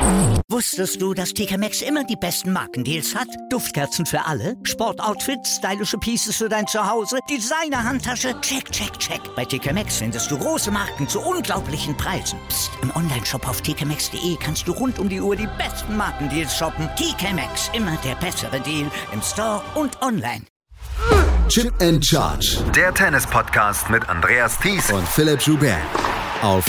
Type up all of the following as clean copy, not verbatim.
Wusstest du, dass TK Maxx immer die besten Markendeals hat? Duftkerzen für alle, Sportoutfits, stylische Pieces für dein Zuhause, Designer-Handtasche, check, check, check. Bei TK Maxx findest du große Marken zu unglaublichen Preisen. Psst. Im Onlineshop auf tkmaxx.de kannst du rund um die Uhr die besten Markendeals shoppen. TK Maxx, immer der bessere Deal im Store und online. Chip and Charge. Der Tennis-Podcast mit Andreas Thies und Philipp Joubert. Auf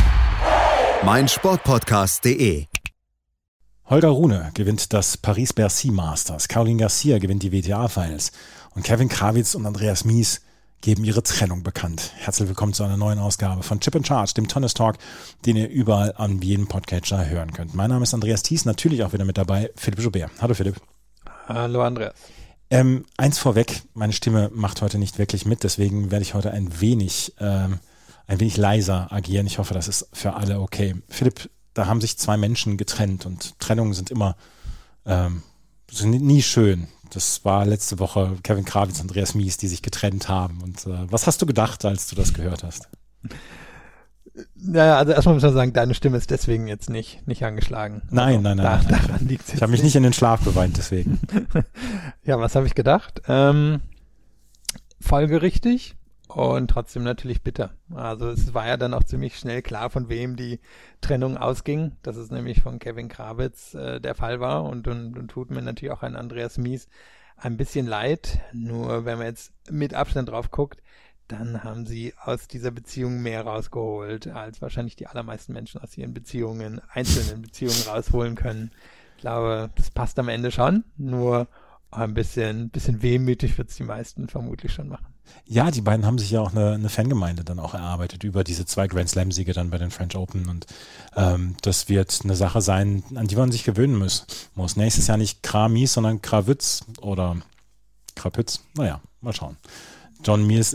meinsportpodcast.de. Holger Rune gewinnt das Paris-Bercy Masters, Caroline Garcia gewinnt die WTA-Finals und Kevin Krawietz und Andreas Mies geben ihre Trennung bekannt. Herzlich willkommen zu einer neuen Ausgabe von Chip and Charge, dem Tennis-Talk, den ihr überall an jedem Podcatcher hören könnt. Mein Name ist Andreas Thies, natürlich auch wieder mit dabei Philipp Joubert. Hallo Philipp. Hallo Andreas. Eins vorweg, meine Stimme macht heute nicht wirklich mit, deswegen werde ich heute ein wenig leiser agieren. Ich hoffe, das ist für alle okay. Philipp, da haben sich zwei Menschen getrennt und Trennungen sind immer sind nie schön. Das war letzte Woche Kevin Krawietz und Andreas Mies, die sich getrennt haben. Und was hast du gedacht, als du das gehört hast? Naja, also erstmal muss man sagen, deine Stimme ist deswegen jetzt nicht angeschlagen. Nein. Daran liegt es. Ich habe mich nicht in den Schlaf geweint, deswegen. Ja, was habe ich gedacht? Folgerichtig und trotzdem natürlich bitter. Also es war ja dann auch ziemlich schnell klar, von wem die Trennung ausging, dass es nämlich von Kevin Krawietz der Fall war und tut mir natürlich auch ein Andreas Mies ein bisschen leid. Nur wenn man jetzt mit Abstand drauf guckt, dann haben sie aus dieser Beziehung mehr rausgeholt, als wahrscheinlich die allermeisten Menschen aus ihren einzelnen Beziehungen rausholen können. Ich glaube, das passt am Ende schon, nur ein bisschen wehmütig wird es die meisten vermutlich schon machen. Ja, die beiden haben sich ja auch eine Fangemeinde dann auch erarbeitet über diese 2 Grand Slam-Siege dann bei den French Open und das wird eine Sache sein, an die man sich gewöhnen muss. Nächstes Jahr nicht Kramies, sondern Krawitz oder Krapütz. Naja, mal schauen. John Mies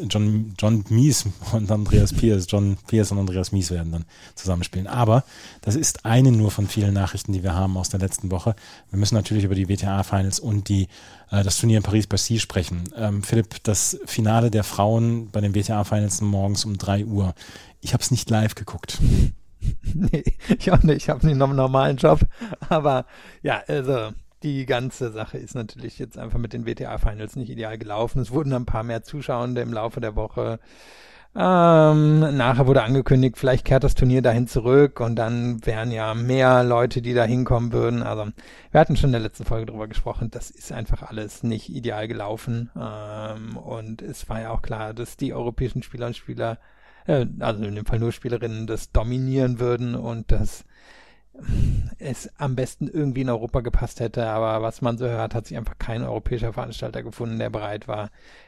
und Andreas Pierce. John Pierce und Andreas Mies werden dann zusammenspielen. Aber das ist eine nur von vielen Nachrichten, die wir haben aus der letzten Woche. Wir müssen natürlich über die WTA-Finals und das Turnier in Paris-Bercy sprechen. Philipp, das Finale der Frauen bei den WTA-Finals morgens um 3 Uhr. Ich habe es nicht live geguckt. Nee, ich auch nicht. Ich habe einen normalen Job. Aber ja, also die ganze Sache ist natürlich jetzt einfach mit den WTA-Finals nicht ideal gelaufen. Es wurden ein paar mehr Zuschauende im Laufe der Woche. Nachher wurde angekündigt, vielleicht kehrt das Turnier dahin zurück und dann wären ja mehr Leute, die da hinkommen würden. Also wir hatten schon in der letzten Folge drüber gesprochen, das ist einfach alles nicht ideal gelaufen. Und es war ja auch klar, dass die europäischen Spieler und Spieler, also in dem Fall nur Spielerinnen, das dominieren würden und dass es am besten irgendwie in Europa gepasst hätte, aber was man so hört, hat sich einfach kein europäischer Veranstalter gefunden, der bereit war,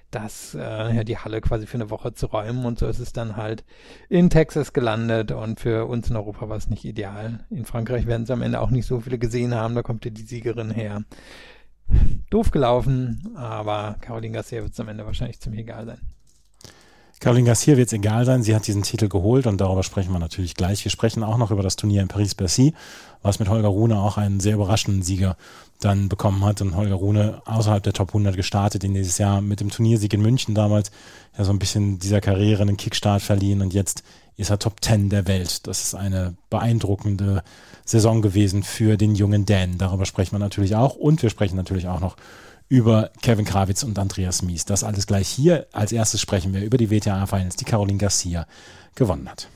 die Halle quasi für eine Woche zu räumen und so ist es dann halt in Texas gelandet und für uns in Europa war es nicht ideal. In Frankreich werden es am Ende auch nicht so viele gesehen haben, da kommt ja die Siegerin her. Doof gelaufen, aber Caroline Garcia wird es am Ende wahrscheinlich ziemlich egal sein. Caroline Garcia wird es egal sein, sie hat diesen Titel geholt und darüber sprechen wir natürlich gleich. Wir sprechen auch noch über das Turnier in Paris-Bercy, was mit Holger Rune auch einen sehr überraschenden Sieger dann bekommen hat und Holger Rune außerhalb der Top 100 gestartet in dieses Jahr mit dem Turniersieg in München damals, ja so ein bisschen dieser Karriere einen Kickstart verliehen und jetzt ist er Top 10 der Welt. Das ist eine beeindruckende Saison gewesen für den jungen Dan. Darüber sprechen wir natürlich auch und wir sprechen natürlich auch noch über Kevin Krawietz und Andreas Mies. Das alles gleich hier. Als erstes sprechen wir über die WTA-Finals, die Caroline Garcia gewonnen hat.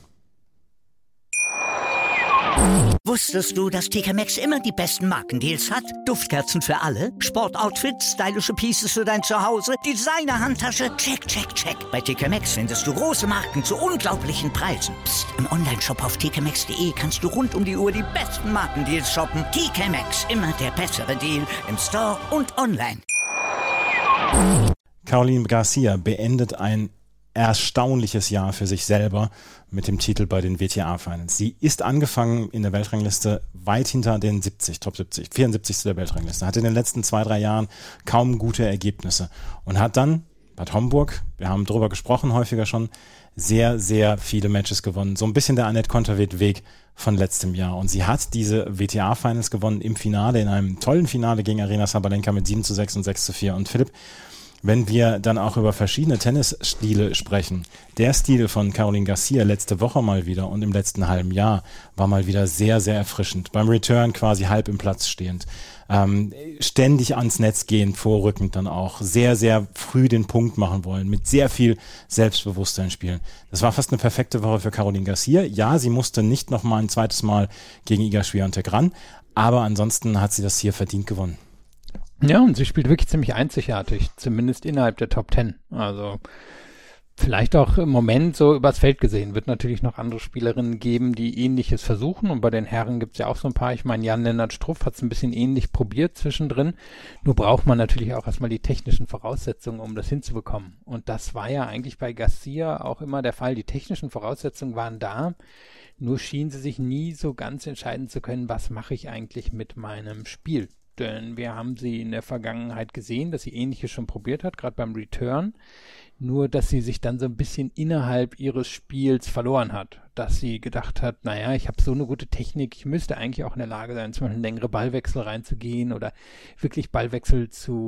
Wusstest du, dass TK Maxx immer die besten Markendeals hat? Duftkerzen für alle, Sportoutfits, stylische Pieces für dein Zuhause, Designer-Handtasche, check, check, check. Bei TK Maxx findest du große Marken zu unglaublichen Preisen. Psst. Im Onlineshop auf tkmaxx.de kannst du rund um die Uhr die besten Markendeals shoppen. TK Maxx, immer der bessere Deal im Store und online. Caroline Garcia beendet ein erstaunliches Jahr für sich selber mit dem Titel bei den WTA-Finals. Sie ist angefangen in der Weltrangliste weit hinter den Top 70, 74. der Weltrangliste, hat in den letzten 2-3 Jahren kaum gute Ergebnisse und hat dann Bad Homburg, wir haben drüber gesprochen häufiger schon, sehr, sehr viele Matches gewonnen. So ein bisschen der Anett Kontaveit-Weg von letztem Jahr. Und sie hat diese WTA-Finals gewonnen im Finale, in einem tollen Finale gegen Aryna Sabalenka mit 7:6 und 6:4. Und Philipp, wenn wir dann auch über verschiedene Tennisstile sprechen, der Stil von Caroline Garcia letzte Woche mal wieder und im letzten halben Jahr war mal wieder sehr, sehr erfrischend. Beim Return quasi halb im Platz stehend. Ständig ans Netz gehen, vorrückend dann auch, sehr, sehr früh den Punkt machen wollen, mit sehr viel Selbstbewusstsein spielen. Das war fast eine perfekte Woche für Caroline Garcia. Ja, sie musste nicht nochmal ein zweites Mal gegen Iga Swiatek ran, aber ansonsten hat sie das hier verdient gewonnen. Ja, und sie spielt wirklich ziemlich einzigartig, zumindest innerhalb der Top 10. Also vielleicht auch im Moment so übers Feld gesehen. Wird natürlich noch andere Spielerinnen geben, die Ähnliches versuchen. Und bei den Herren gibt es ja auch so ein paar. Ich meine, Jan-Lennart Struff hat es ein bisschen ähnlich probiert zwischendrin. Nur braucht man natürlich auch erstmal die technischen Voraussetzungen, um das hinzubekommen. Und das war ja eigentlich bei Garcia auch immer der Fall. Die technischen Voraussetzungen waren da. Nur schien sie sich nie so ganz entscheiden zu können, was mache ich eigentlich mit meinem Spiel. Denn wir haben sie in der Vergangenheit gesehen, dass sie Ähnliches schon probiert hat, gerade beim Return. Nur, dass sie sich dann so ein bisschen innerhalb ihres Spiels verloren hat. Dass sie gedacht hat, naja, ich habe so eine gute Technik, ich müsste eigentlich auch in der Lage sein, zum Beispiel längere Ballwechsel reinzugehen oder wirklich Ballwechsel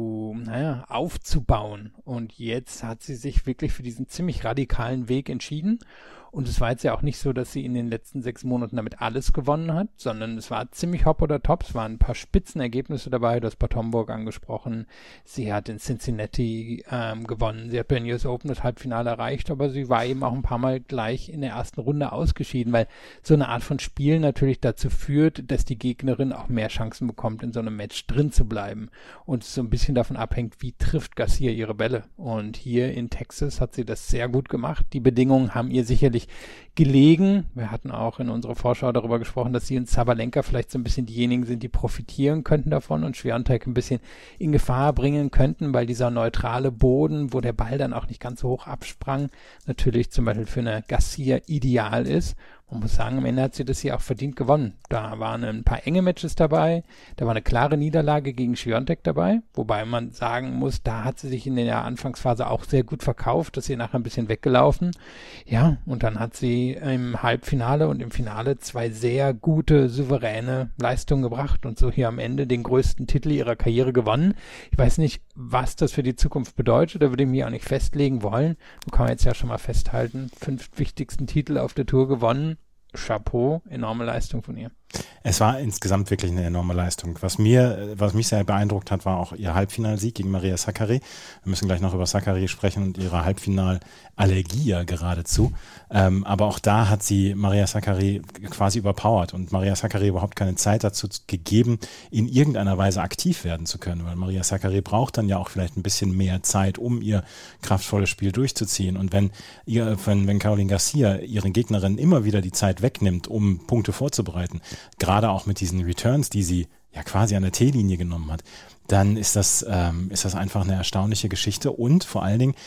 aufzubauen. Und jetzt hat sie sich wirklich für diesen ziemlich radikalen Weg entschieden. Und es war jetzt ja auch nicht so, dass sie in den letzten 6 Monaten damit alles gewonnen hat, sondern es war ziemlich hopp oder top. Es waren ein paar Spitzenergebnisse dabei, du hast Bad Homburg angesprochen. Sie hat in Cincinnati gewonnen. Sie hat bei den US Open das Halbfinale erreicht, aber sie war eben auch ein paar Mal gleich in der ersten Runde ausgeschieden, weil so eine Art von Spiel natürlich dazu führt, dass die Gegnerin auch mehr Chancen bekommt, in so einem Match drin zu bleiben. Und es so ein bisschen davon abhängt, wie trifft Garcia ihre Bälle. Und hier in Texas hat sie das sehr gut gemacht. Die Bedingungen haben ihr sicherlich gelegen. Wir hatten auch in unserer Vorschau darüber gesprochen, dass sie und Sabalenka vielleicht so ein bisschen diejenigen sind, die profitieren könnten davon und Swiatek ein bisschen in Gefahr bringen könnten, weil dieser neutrale Boden, wo der Ball dann auch nicht ganz so hoch absprang, natürlich zum Beispiel für eine Garcia ideal ist. Man muss sagen, am Ende hat sie das hier auch verdient gewonnen. Da waren ein paar enge Matches dabei, da war eine klare Niederlage gegen Swiatek dabei, wobei man sagen muss, da hat sie sich in der Anfangsphase auch sehr gut verkauft, dass sie nachher ein bisschen weggelaufen. Ja, und dann hat sie im Halbfinale und im Finale 2 sehr gute, souveräne Leistungen gebracht und so hier am Ende den größten Titel ihrer Karriere gewonnen. Ich weiß nicht, was das für die Zukunft bedeutet, da würde ich mich auch nicht festlegen wollen. So kann man jetzt ja schon mal festhalten, 5 wichtigsten Titel auf der Tour gewonnen. Chapeau, enorme Leistung von ihr. Es war insgesamt wirklich eine enorme Leistung. Was mich sehr beeindruckt hat, war auch ihr Halbfinalsieg gegen Maria Sakkari. Wir müssen gleich noch über Sakkari sprechen und ihre Halbfinalallergie ja geradezu. Aber auch da hat sie Maria Sakkari quasi überpowert und Maria Sakkari überhaupt keine Zeit dazu gegeben, in irgendeiner Weise aktiv werden zu können, weil Maria Sakkari braucht dann ja auch vielleicht ein bisschen mehr Zeit, um ihr kraftvolles Spiel durchzuziehen. Und wenn Caroline Garcia ihren Gegnerinnen immer wieder die Zeit wegnimmt, um Punkte vorzubereiten, gerade auch mit diesen Returns, die sie ja quasi an der T-Linie genommen hat, dann ist das einfach eine erstaunliche Geschichte und vor allen Dingen,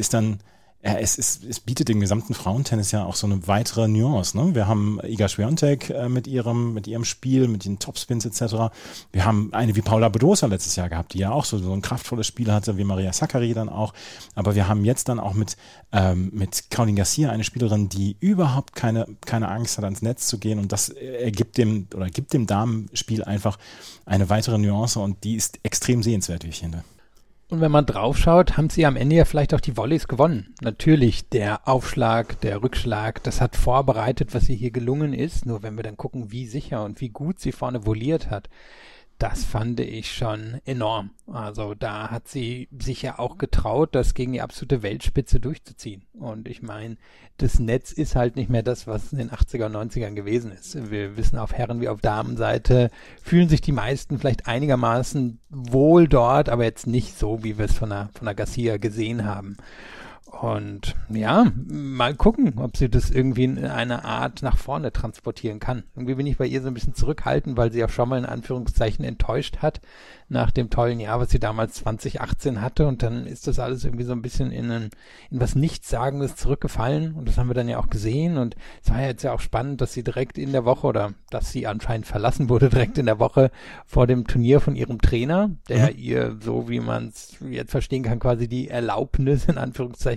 es bietet dem gesamten Frauentennis ja auch so eine weitere Nuance. Ne? Wir haben Iga Swiatek mit ihrem Spiel, mit den Topspins etc. Wir haben eine wie Paula Badosa letztes Jahr gehabt, die ja auch so ein kraftvolles Spiel hatte, wie Maria Sakkari dann auch. Aber wir haben jetzt dann auch mit Caroline Garcia eine Spielerin, die überhaupt keine Angst hat, ans Netz zu gehen und das gibt dem Damenspiel einfach eine weitere Nuance und die ist extrem sehenswert, wie ich finde. Und wenn man draufschaut, haben sie am Ende ja vielleicht auch die Volleys gewonnen. Natürlich, der Aufschlag, der Rückschlag, das hat vorbereitet, was ihr hier gelungen ist. Nur wenn wir dann gucken, wie sicher und wie gut sie vorne volliert hat, das fand ich schon enorm. Also da hat sie sich ja auch getraut, das gegen die absolute Weltspitze durchzuziehen. Und ich meine, das Netz ist halt nicht mehr das, was in den 80er und 90ern gewesen ist. Wir wissen, auf Herren- wie auf Damenseite fühlen sich die meisten vielleicht einigermaßen wohl dort, aber jetzt nicht so, wie wir es von der Garcia gesehen haben. Und ja, mal gucken, ob sie das irgendwie in einer Art nach vorne transportieren kann. Irgendwie bin ich bei ihr so ein bisschen zurückhaltend, weil sie auch schon mal in Anführungszeichen enttäuscht hat nach dem tollen Jahr, was sie damals 2018 hatte. Und dann ist das alles irgendwie so ein bisschen in was Nichtssagendes zurückgefallen. Und das haben wir dann ja auch gesehen. Und es war ja jetzt ja auch spannend, dass sie direkt in der Woche oder dass sie anscheinend verlassen wurde, direkt in der Woche vor dem Turnier von ihrem Trainer, der ihr, so wie man es jetzt verstehen kann, quasi die Erlaubnis in Anführungszeichen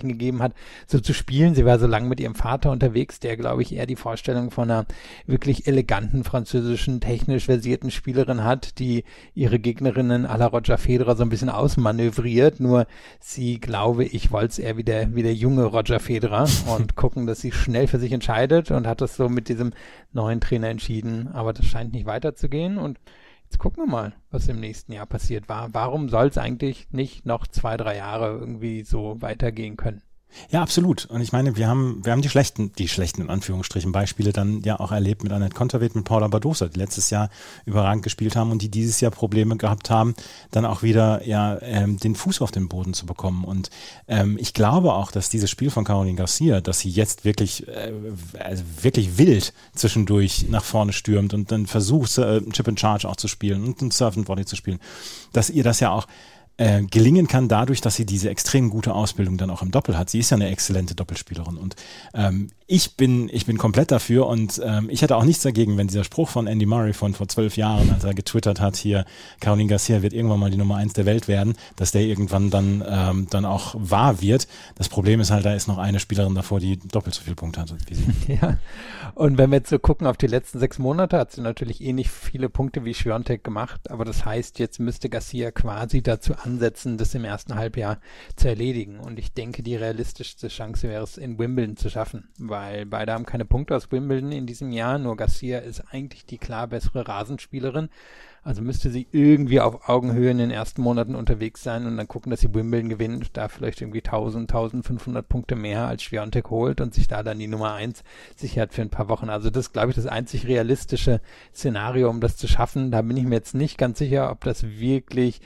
gegeben hat, so zu spielen. Sie war so lange mit ihrem Vater unterwegs, der, glaube ich, eher die Vorstellung von einer wirklich eleganten französischen, technisch versierten Spielerin hat, die ihre Gegnerinnen à la Roger Federer so ein bisschen ausmanövriert. Nur sie, glaube ich, wollte es eher wie der junge Roger Federer und gucken, dass sie schnell für sich entscheidet und hat das so mit diesem neuen Trainer entschieden. Aber das scheint nicht weiterzugehen und jetzt gucken wir mal, was im nächsten Jahr passiert war. Warum soll es eigentlich nicht noch 2-3 Jahre irgendwie so weitergehen können? Ja, absolut. Und ich meine, wir haben die schlechten in Anführungsstrichen Beispiele dann ja auch erlebt mit Anett Kontaveit, mit Paula Badosa, die letztes Jahr überragend gespielt haben und die dieses Jahr Probleme gehabt haben, dann auch wieder den Fuß auf den Boden zu bekommen. Und ich glaube auch, dass dieses Spiel von Caroline Garcia, dass sie jetzt wirklich wirklich wild zwischendurch nach vorne stürmt und dann versucht, Chip and Charge auch zu spielen und einen Serve and Volley zu spielen, dass ihr das ja auch gelingen kann dadurch, dass sie diese extrem gute Ausbildung dann auch im Doppel hat. Sie ist ja eine exzellente Doppelspielerin und ich bin komplett dafür und ich hätte auch nichts dagegen, wenn dieser Spruch von Andy Murray von vor 12 Jahren, als er getwittert hat, hier, Caroline Garcia wird irgendwann mal die Nummer 1 der Welt werden, dass der irgendwann dann auch wahr wird. Das Problem ist halt, da ist noch eine Spielerin davor, die doppelt so viele Punkte hat wie sie. Ja, und wenn wir jetzt so gucken auf die letzten 6 Monate, hat sie natürlich nicht viele Punkte wie Swiatek gemacht, aber das heißt, jetzt müsste Garcia quasi dazu ansetzen, das im ersten Halbjahr zu erledigen. Und ich denke, die realistischste Chance wäre es, in Wimbledon zu schaffen, weil beide haben keine Punkte aus Wimbledon in diesem Jahr, nur Garcia ist eigentlich die klar bessere Rasenspielerin. Also müsste sie irgendwie auf Augenhöhe in den ersten Monaten unterwegs sein und dann gucken, dass sie Wimbledon gewinnt, da vielleicht irgendwie 1500 Punkte mehr als Swiatek holt und sich da dann die Nummer 1 sichert für ein paar Wochen. Also das ist, glaube ich, das einzig realistische Szenario, um das zu schaffen. Da bin ich mir jetzt nicht ganz sicher, ob das wirklich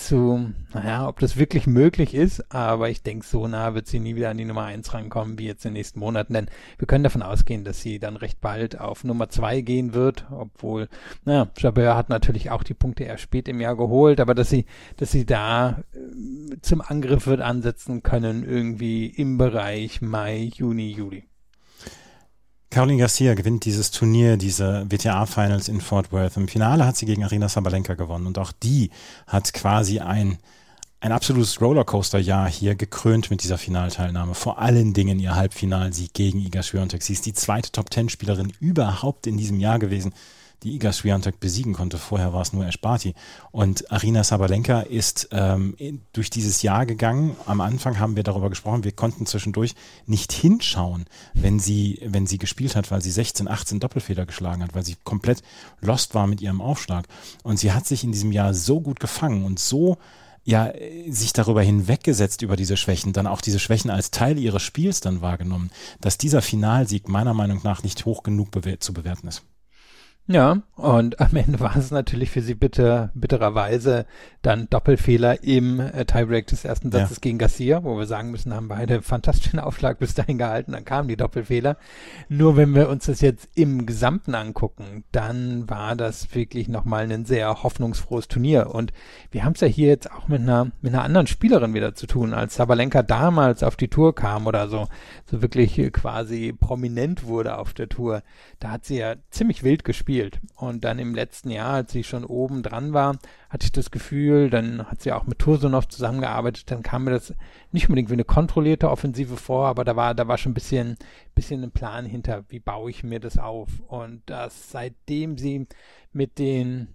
möglich ist, aber ich denke, so nah wird sie nie wieder an die Nummer 1 rankommen, wie jetzt in den nächsten Monaten, denn wir können davon ausgehen, dass sie dann recht bald auf Nummer 2 gehen wird, obwohl, Jabeur hat natürlich auch die Punkte eher spät im Jahr geholt, aber dass sie da zum Angriff wird ansetzen können, irgendwie im Bereich Mai, Juni, Juli. Caroline Garcia gewinnt dieses Turnier, diese WTA-Finals in Fort Worth. Im Finale hat sie gegen Aryna Sabalenka gewonnen und auch die hat quasi ein absolutes Rollercoaster-Jahr hier gekrönt mit dieser Finalteilnahme. Vor allen Dingen ihr Halbfinalsieg gegen Iga Swiatek. Sie ist die zweite Top-10-Spielerin überhaupt in diesem Jahr gewesen, die Iga Swiatek besiegen konnte. Vorher war es nur Ash Barty. Und Aryna Sabalenka ist durch dieses Jahr gegangen. Am Anfang haben wir darüber gesprochen, wir konnten zwischendurch nicht hinschauen, wenn sie gespielt hat, weil sie 16, 18 Doppelfehler geschlagen hat, weil sie komplett lost war mit ihrem Aufschlag. Und sie hat sich in diesem Jahr so gut gefangen und so sich darüber hinweggesetzt über diese Schwächen, dann auch diese Schwächen als Teil ihres Spiels dann wahrgenommen, dass dieser Finalsieg meiner Meinung nach nicht hoch genug zu bewerten ist. Ja, und am Ende war es natürlich für sie bittererweise dann Doppelfehler im Tiebreak des ersten Satzes gegen Garcia, wo wir sagen müssen, haben beide fantastischen Aufschlag bis dahin gehalten, dann kamen die Doppelfehler. Nur wenn wir uns das jetzt im Gesamten angucken, dann war das wirklich nochmal ein sehr hoffnungsfrohes Turnier. Und wir haben es ja hier jetzt auch mit einer anderen Spielerin wieder zu tun, als Sabalenka damals auf die Tour kam oder so wirklich quasi prominent wurde auf der Tour. Da hat sie ja ziemlich wild gespielt. Und dann im letzten Jahr, als sie schon oben dran war, hatte ich das Gefühl, dann hat sie auch mit Tursunov zusammengearbeitet, dann kam mir das nicht unbedingt wie eine kontrollierte Offensive vor, aber da war schon ein bisschen ein Plan hinter, wie baue ich mir das auf. Und das seitdem sie mit diesen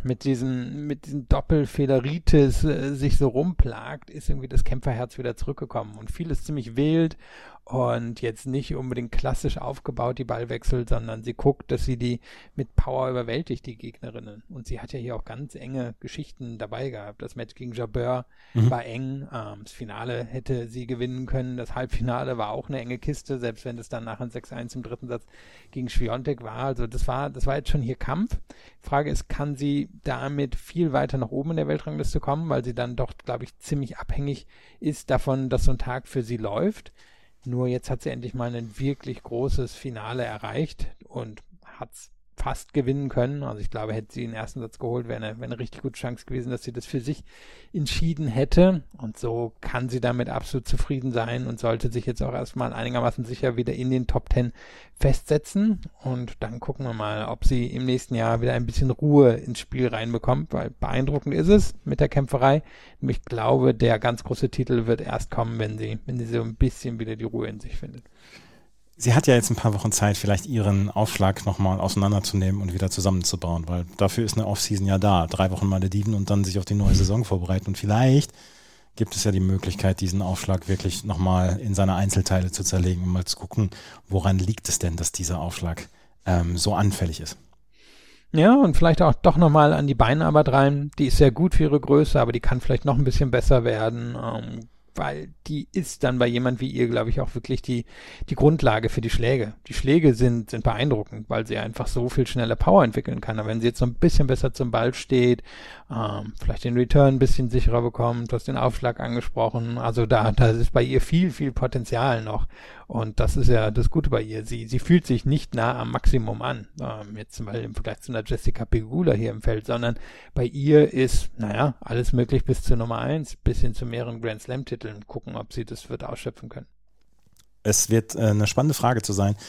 Doppelfehleritis sich so rumplagt, ist irgendwie das Kämpferherz wieder zurückgekommen und vieles ziemlich wild und jetzt nicht unbedingt klassisch aufgebaut, die Ballwechsel, sondern sie guckt, dass sie die mit Power überwältigt, die Gegnerinnen. Und sie hat ja hier auch ganz enge Geschichten dabei gehabt. Das Match gegen Jabeur war eng, das Finale hätte sie gewinnen können, das Halbfinale war auch eine enge Kiste, selbst wenn es dann nachher ein 6-1 im dritten Satz gegen Swiatek war. Also das war jetzt schon hier Kampf. Frage ist, kann sie damit viel weiter nach oben in der Weltrangliste kommen, weil sie dann doch, glaube ich, ziemlich abhängig ist davon, dass so ein Tag für sie läuft. Nur jetzt hat sie endlich mal ein wirklich großes Finale erreicht und hat's fast gewinnen können. Also ich glaube, hätte sie den ersten Satz geholt, wäre eine richtig gute Chance gewesen, dass sie das für sich entschieden hätte. Und so kann sie damit absolut zufrieden sein und sollte sich jetzt auch erstmal einigermaßen sicher wieder in den Top 10 festsetzen. Und dann gucken wir mal, ob sie im nächsten Jahr wieder ein bisschen Ruhe ins Spiel reinbekommt, weil beeindruckend ist es mit der Kämpferei. Und ich glaube, der ganz große Titel wird erst kommen, wenn sie so ein bisschen wieder die Ruhe in sich findet. Sie hat ja jetzt ein paar Wochen Zeit, vielleicht ihren Aufschlag nochmal auseinanderzunehmen und wieder zusammenzubauen, weil dafür ist eine Offseason ja da. 3 Wochen Malediven und dann sich auf die neue Saison vorbereiten. Und vielleicht gibt es ja die Möglichkeit, diesen Aufschlag wirklich nochmal in seine Einzelteile zu zerlegen, um mal zu gucken, woran liegt es denn, dass dieser Aufschlag so anfällig ist. Ja, und vielleicht auch doch nochmal an die Beinarbeit rein. Die ist sehr gut für ihre Größe, aber die kann vielleicht noch ein bisschen besser werden. Weil die ist dann bei jemand wie ihr, glaube ich, auch wirklich die Grundlage für die Schläge. Die Schläge sind beeindruckend, weil sie einfach so viel schneller Power entwickeln kann. Aber wenn sie jetzt so ein bisschen besser zum Ball steht, vielleicht den Return ein bisschen sicherer bekommt, du hast den Aufschlag angesprochen, also da ist bei ihr viel, viel Potenzial noch. Und das ist ja das Gute bei ihr. Sie fühlt sich nicht nah am Maximum an, jetzt zum Beispiel im Vergleich zu einer Jessica Pegula hier im Feld, sondern bei ihr ist, alles möglich bis zur Nummer 1, bis hin zu mehreren Grand Slam-Titeln. Gucken, ob sie das wird ausschöpfen können. Es wird eine spannende Frage zu sein,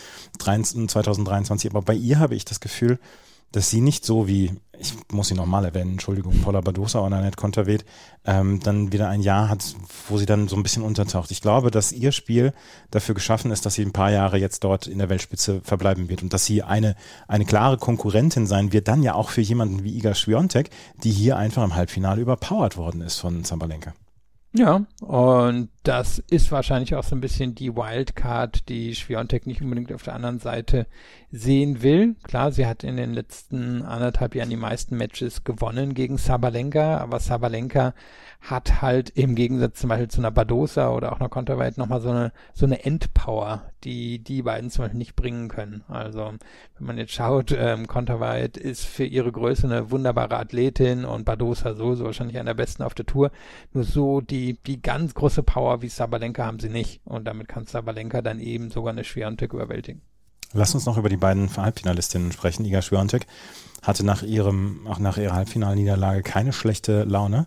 2023, aber bei ihr habe ich das Gefühl, dass sie nicht so wie, ich muss sie nochmal erwähnen, Entschuldigung, Paula Badosa oder Anett Kontaveit, dann wieder ein Jahr hat, wo sie dann so ein bisschen untertaucht. Ich glaube, dass ihr Spiel dafür geschaffen ist, dass sie ein paar Jahre jetzt dort in der Weltspitze verbleiben wird und dass sie eine klare Konkurrentin sein wird, dann ja auch für jemanden wie Iga Swiatek, die hier einfach im Halbfinale überpowert worden ist von Sabalenka. Ja, und das ist wahrscheinlich auch so ein bisschen die Wildcard, die Swiatek nicht unbedingt auf der anderen Seite sehen will. Klar, sie hat in den letzten 1,5 Jahren die meisten Matches gewonnen gegen Sabalenka, aber Sabalenka hat halt im Gegensatz zum Beispiel zu einer Badosa oder auch einer Kontaveit nochmal so eine Endpower, die beiden zum Beispiel nicht bringen können. Also wenn man jetzt schaut, Kontaveit ist für ihre Größe eine wunderbare Athletin und Badosa so wahrscheinlich einer der besten auf der Tour. Nur so die ganz große Power wie Sabalenka haben sie nicht. Und damit kann Sabalenka dann eben sogar eine Swiatek überwältigen. Lass uns noch über die beiden Halbfinalistinnen sprechen. Iga Swiatek hatte nach ihrer Halbfinalniederlage keine schlechte Laune.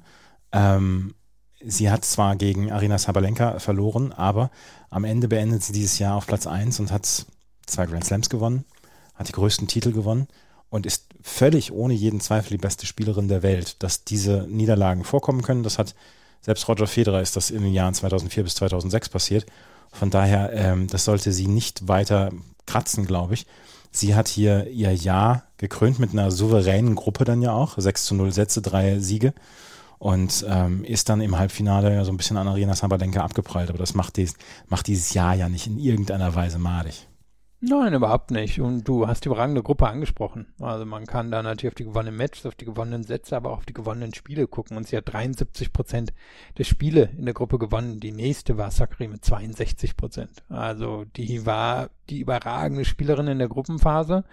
Sie hat zwar gegen Aryna Sabalenka verloren, aber am Ende beendet sie dieses Jahr auf Platz 1 und hat 2 Grand Slams gewonnen, hat die größten Titel gewonnen und ist völlig ohne jeden Zweifel die beste Spielerin der Welt. Dass diese Niederlagen vorkommen können, das hat selbst Roger Federer ist das in den Jahren 2004 bis 2006 passiert. Von daher, das sollte sie nicht weiter kratzen, glaube ich. Sie hat hier ihr Jahr gekrönt mit einer souveränen Gruppe dann ja auch. 6:0 Sätze, 3 Siege. Und ist dann im Halbfinale ja so ein bisschen an Aryna Sabalenka abgeprallt. Aber das macht dieses Jahr ja nicht in irgendeiner Weise madig. Nein, überhaupt nicht. Und du hast die überragende Gruppe angesprochen. Also man kann da natürlich auf die gewonnenen Matches, auf die gewonnenen Sätze, aber auch auf die gewonnenen Spiele gucken. Und sie hat 73% der Spiele in der Gruppe gewonnen. Die nächste war Sakkari mit 62%. Also die war die überragende Spielerin in der Gruppenphase.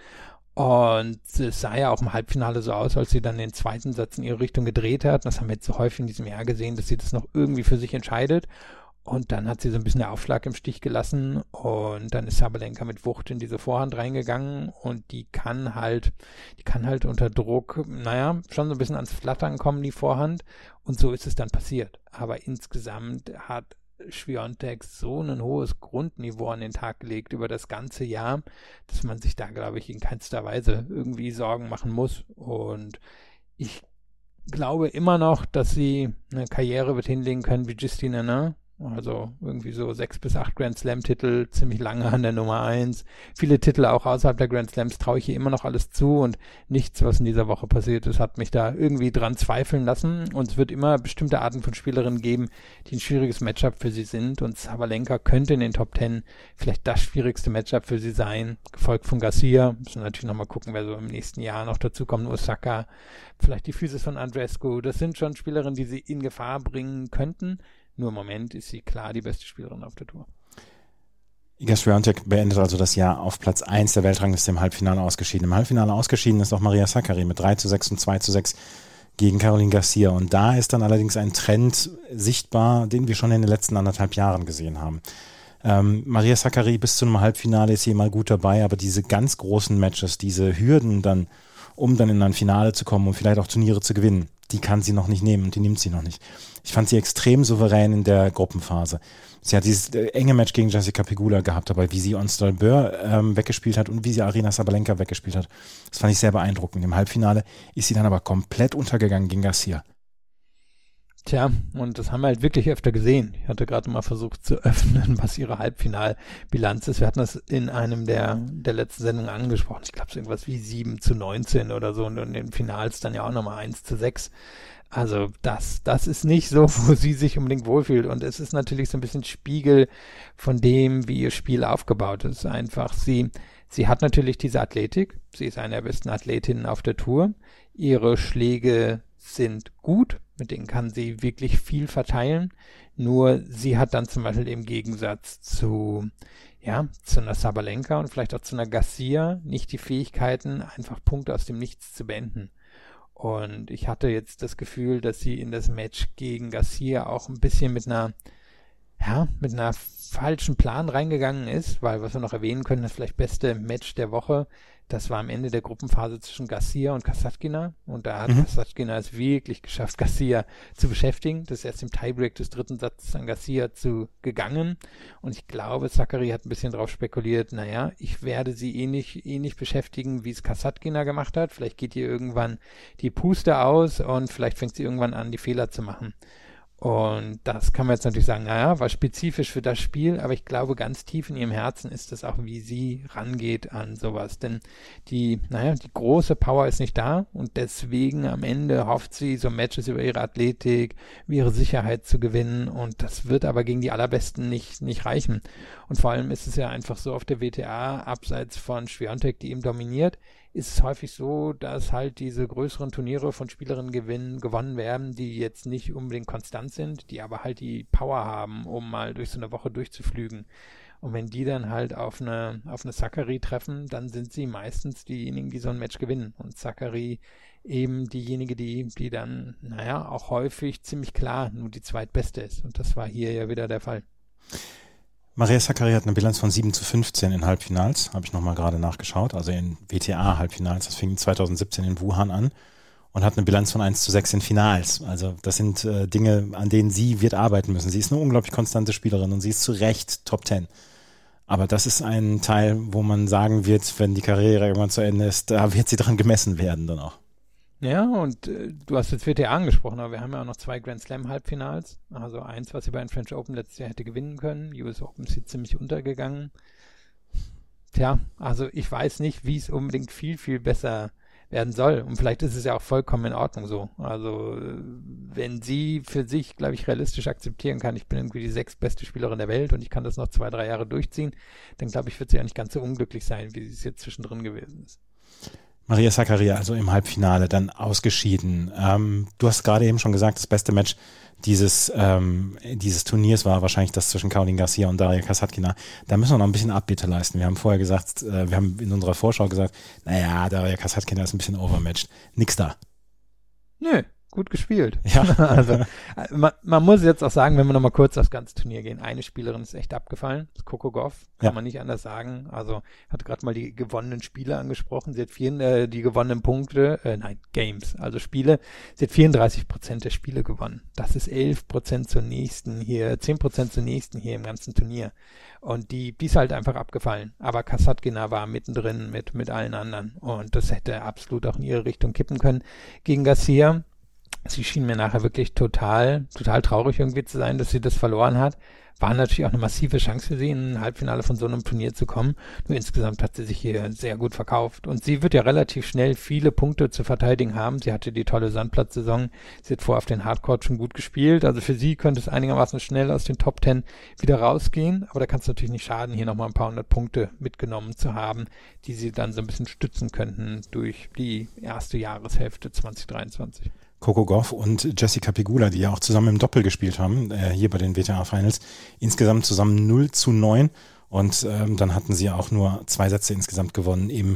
Und es sah ja auch im Halbfinale so aus, als sie dann den zweiten Satz in ihre Richtung gedreht hat. Das haben wir jetzt so häufig in diesem Jahr gesehen, dass sie das noch irgendwie für sich entscheidet. Und dann hat sie so ein bisschen den Aufschlag im Stich gelassen und dann ist Sabalenka mit Wucht in diese Vorhand reingegangen und die kann halt unter Druck, schon so ein bisschen ans Flattern kommen, die Vorhand. Und so ist es dann passiert. Aber insgesamt hat Swiatek so ein hohes Grundniveau an den Tag gelegt über das ganze Jahr, dass man sich da, glaube ich, in keinster Weise irgendwie Sorgen machen muss. Und ich glaube immer noch, dass sie eine Karriere wird hinlegen können wie Justine Henin. Also irgendwie so 6 bis 8 Grand Slam-Titel, ziemlich lange an der Nummer 1. Viele Titel auch außerhalb der Grand Slams traue ich ihr immer noch alles zu und nichts, was in dieser Woche passiert ist, hat mich da irgendwie dran zweifeln lassen. Und es wird immer bestimmte Arten von Spielerinnen geben, die ein schwieriges Matchup für sie sind. Und Sabalenka könnte in den Top 10 vielleicht das schwierigste Matchup für sie sein, gefolgt von Garcia. Müssen wir natürlich nochmal gucken, wer so im nächsten Jahr noch dazu kommt. Osaka, vielleicht die Physis von Andreescu. Das sind schon Spielerinnen, die sie in Gefahr bringen könnten. Nur im Moment ist sie klar die beste Spielerin auf der Tour. Iga Swiatek beendet also das Jahr auf Platz 1 der Weltrangliste im Halbfinale ausgeschieden. Im Halbfinale ausgeschieden ist auch Maria Sakkari mit 3:6 und 2:6 gegen Caroline Garcia. Und da ist dann allerdings ein Trend sichtbar, den wir schon in den letzten 1,5 Jahren gesehen haben. Maria Sakkari bis zu einem Halbfinale ist mal gut dabei, aber diese ganz großen Matches, diese Hürden dann, um dann in ein Finale zu kommen und vielleicht auch Turniere zu gewinnen, die kann sie noch nicht nehmen und die nimmt sie noch nicht. Ich fand sie extrem souverän in der Gruppenphase. Sie hat dieses enge Match gegen Jessica Pegula gehabt, aber wie sie Ons Jabeur weggespielt hat und wie sie Aryna Sabalenka weggespielt hat, das fand ich sehr beeindruckend. Im Halbfinale ist sie dann aber komplett untergegangen gegen Garcia. Tja, und das haben wir halt wirklich öfter gesehen. Ich hatte gerade mal versucht zu öffnen, was ihre Halbfinalbilanz ist. Wir hatten das in einem der letzten Sendungen angesprochen. Ich glaube, es ist irgendwas wie 7-19 oder so und in den Finals dann ja auch nochmal 1-6. Also das ist nicht so, wo sie sich unbedingt wohlfühlt. Und es ist natürlich so ein bisschen Spiegel von dem, wie ihr Spiel aufgebaut ist. Einfach sie hat natürlich diese Athletik. Sie ist eine der besten Athletinnen auf der Tour. Ihre Schläge sind gut. Mit denen kann sie wirklich viel verteilen. Nur sie hat dann zum Beispiel im Gegensatz zu einer Sabalenka und vielleicht auch zu einer Garcia nicht die Fähigkeiten, einfach Punkte aus dem Nichts zu beenden. Und ich hatte jetzt das Gefühl, dass sie in das Match gegen Garcia auch ein bisschen mit einer falschen Plan reingegangen ist, weil was wir noch erwähnen können, das vielleicht beste Match der Woche, das war am Ende der Gruppenphase zwischen Garcia und Kasatkina und da hat Kasatkina es wirklich geschafft, Garcia zu beschäftigen. Das ist erst im Tiebreak des dritten Satzes an Garcia gegangen und ich glaube, Sakkari hat ein bisschen drauf spekuliert, ich werde sie ähnlich beschäftigen, wie es Kasatkina gemacht hat. Vielleicht geht ihr irgendwann die Puste aus und vielleicht fängt sie irgendwann an, die Fehler zu machen. Und das kann man jetzt natürlich sagen, war spezifisch für das Spiel, aber ich glaube, ganz tief in ihrem Herzen ist das auch, wie sie rangeht an sowas. Denn die große Power ist nicht da und deswegen am Ende hofft sie, so Matches über ihre Athletik, über ihre Sicherheit zu gewinnen und das wird aber gegen die Allerbesten nicht reichen. Und vor allem ist es ja einfach so auf der WTA, abseits von Swiatek, die eben dominiert, ist es häufig so, dass halt diese größeren Turniere von Spielerinnen gewonnen werden, die jetzt nicht unbedingt konstant sind, die aber halt die Power haben, um mal durch so eine Woche durchzuflügen. Und wenn die dann halt auf eine Sakkari treffen, dann sind sie meistens diejenigen, die so ein Match gewinnen. Und Sakkari eben diejenige, die dann, auch häufig ziemlich klar nur die zweitbeste ist. Und das war hier ja wieder der Fall. Maria Sakkari hat eine Bilanz von 7-15 in Halbfinals, habe ich nochmal gerade nachgeschaut, also in WTA-Halbfinals, das fing 2017 in Wuhan an und hat eine Bilanz von 1-6 in Finals. Also das sind Dinge, an denen sie wird arbeiten müssen. Sie ist eine unglaublich konstante Spielerin und sie ist zu Recht Top 10. Aber das ist ein Teil, wo man sagen wird, wenn die Karriere irgendwann zu Ende ist, da wird sie dran gemessen werden dann auch. Ja, und du hast jetzt WTA angesprochen, aber wir haben ja auch noch 2 Grand Slam Halbfinals. Also eins, was sie bei den French Open letztes Jahr hätte gewinnen können. US Open ist hier ziemlich untergegangen. Tja, also ich weiß nicht, wie es unbedingt viel, viel besser werden soll. Und vielleicht ist es ja auch vollkommen in Ordnung so. Also wenn sie für sich, glaube ich, realistisch akzeptieren kann, ich bin irgendwie die 6. beste Spielerin der Welt und ich kann das noch 2-3 Jahre durchziehen, dann glaube ich, wird sie ja nicht ganz so unglücklich sein, wie sie es jetzt zwischendrin gewesen ist. Maria Sakkari also im Halbfinale dann ausgeschieden. Du hast gerade eben schon gesagt, das beste Match dieses Turniers war wahrscheinlich das zwischen Caroline Garcia und Daria Kasatkina. Da müssen wir noch ein bisschen Abbitte leisten. Wir haben vorher gesagt, wir haben in unserer Vorschau gesagt, Daria Kasatkina ist ein bisschen overmatched. Nix da. Nö. Gut gespielt. Ja. Also man muss jetzt auch sagen, wenn wir nochmal kurz aufs ganze Turnier gehen, eine Spielerin ist echt abgefallen, das ist Coco Gauff, kann man nicht anders sagen. Also hat gerade mal die gewonnenen Spiele angesprochen, sie hat die gewonnenen Games, also Spiele, sie hat 34% der Spiele gewonnen. Das ist 11% zur nächsten hier, 10% zur nächsten hier im ganzen Turnier. Und die ist halt einfach abgefallen. Aber Kasatkina war mittendrin mit allen anderen und das hätte absolut auch in ihre Richtung kippen können. Gegen Garcia, sie schien mir nachher wirklich total traurig irgendwie zu sein, dass sie das verloren hat. War natürlich auch eine massive Chance für sie, in ein Halbfinale von so einem Turnier zu kommen. Nur insgesamt hat sie sich hier sehr gut verkauft. Und sie wird ja relativ schnell viele Punkte zu verteidigen haben. Sie hatte die tolle Sandplatzsaison. Sie hat vorher auf den Hardcourt schon gut gespielt. Also für sie könnte es einigermaßen schnell aus den Top 10 wieder rausgehen. Aber da kann es natürlich nicht schaden, hier nochmal ein paar 100 Punkte mitgenommen zu haben, die sie dann so ein bisschen stützen könnten durch die erste Jahreshälfte 2023. Coco Gauff und Jessica Pegula, die ja auch zusammen im Doppel gespielt haben, hier bei den WTA-Finals, insgesamt zusammen 0-9 und dann hatten sie auch nur 2 Sätze insgesamt gewonnen im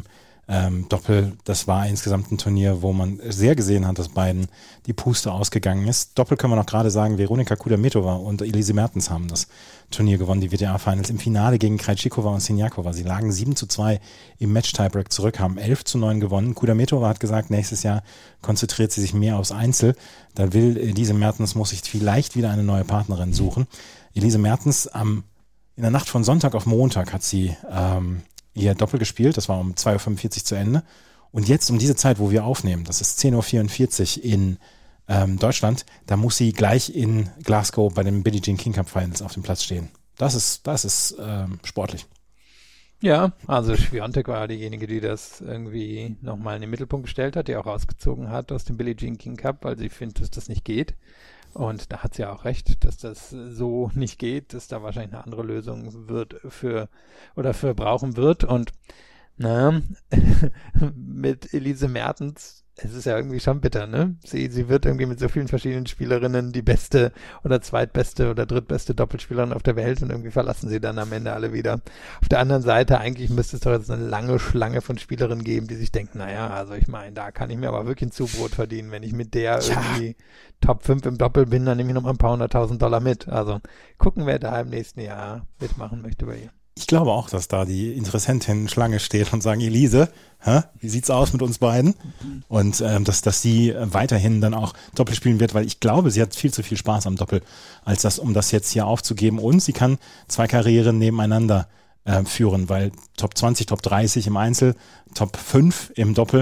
Doppel, das war insgesamt ein Turnier, wo man sehr gesehen hat, dass beiden die Puste ausgegangen ist. Doppel können wir noch gerade sagen, Veronika Kudermetova und Elise Mertens haben das Turnier gewonnen, die WTA-Finals im Finale gegen Krejcikova und Siniakova. Sie lagen 7-2 im Match-Tiebreak zurück, haben 11-9 gewonnen. Kudermetova hat gesagt, nächstes Jahr konzentriert sie sich mehr aufs Einzel. Da will Elise Mertens, muss sich vielleicht wieder eine neue Partnerin suchen. Elise Mertens in der Nacht von Sonntag auf Montag hat sie ihr Doppel gespielt, das war um 2.45 Uhr zu Ende. Und jetzt um diese Zeit, wo wir aufnehmen, das ist 10.44 Uhr in Deutschland, da muss sie gleich in Glasgow bei den Billie Jean King Cup Finals auf dem Platz stehen. Das ist sportlich. Ja, also Swiatek war diejenige, die das irgendwie nochmal in den Mittelpunkt gestellt hat, die auch rausgezogen hat aus dem Billie Jean King Cup, weil sie findet, dass das nicht geht. Und da hat sie auch recht, dass das so nicht geht, dass da wahrscheinlich eine andere Lösung brauchen wird. Und mit Elise Mertens, es ist ja irgendwie schon bitter, ne? Sie wird irgendwie mit so vielen verschiedenen Spielerinnen die beste oder zweitbeste oder drittbeste Doppelspielerin auf der Welt und irgendwie verlassen sie dann am Ende alle wieder. Auf der anderen Seite, eigentlich müsste es doch jetzt eine lange Schlange von Spielerinnen geben, die sich denken, naja, also ich meine, da kann ich mir aber wirklich ein Zubrot verdienen, wenn ich mit der irgendwie Top 5 im Doppel bin, dann nehme ich noch mal ein paar $100.000 mit. Also gucken, wer da im nächsten Jahr mitmachen möchte bei ihr. Ich glaube auch, dass da die Interessentin Schlange steht und sagen, Elise, wie sieht's aus mit uns beiden? Und dass sie weiterhin dann auch Doppel spielen wird, weil ich glaube, sie hat viel zu viel Spaß am Doppel, um das jetzt hier aufzugeben. Und sie kann 2 Karrieren nebeneinander führen, weil Top 20, Top 30 im Einzel, Top 5 im Doppel.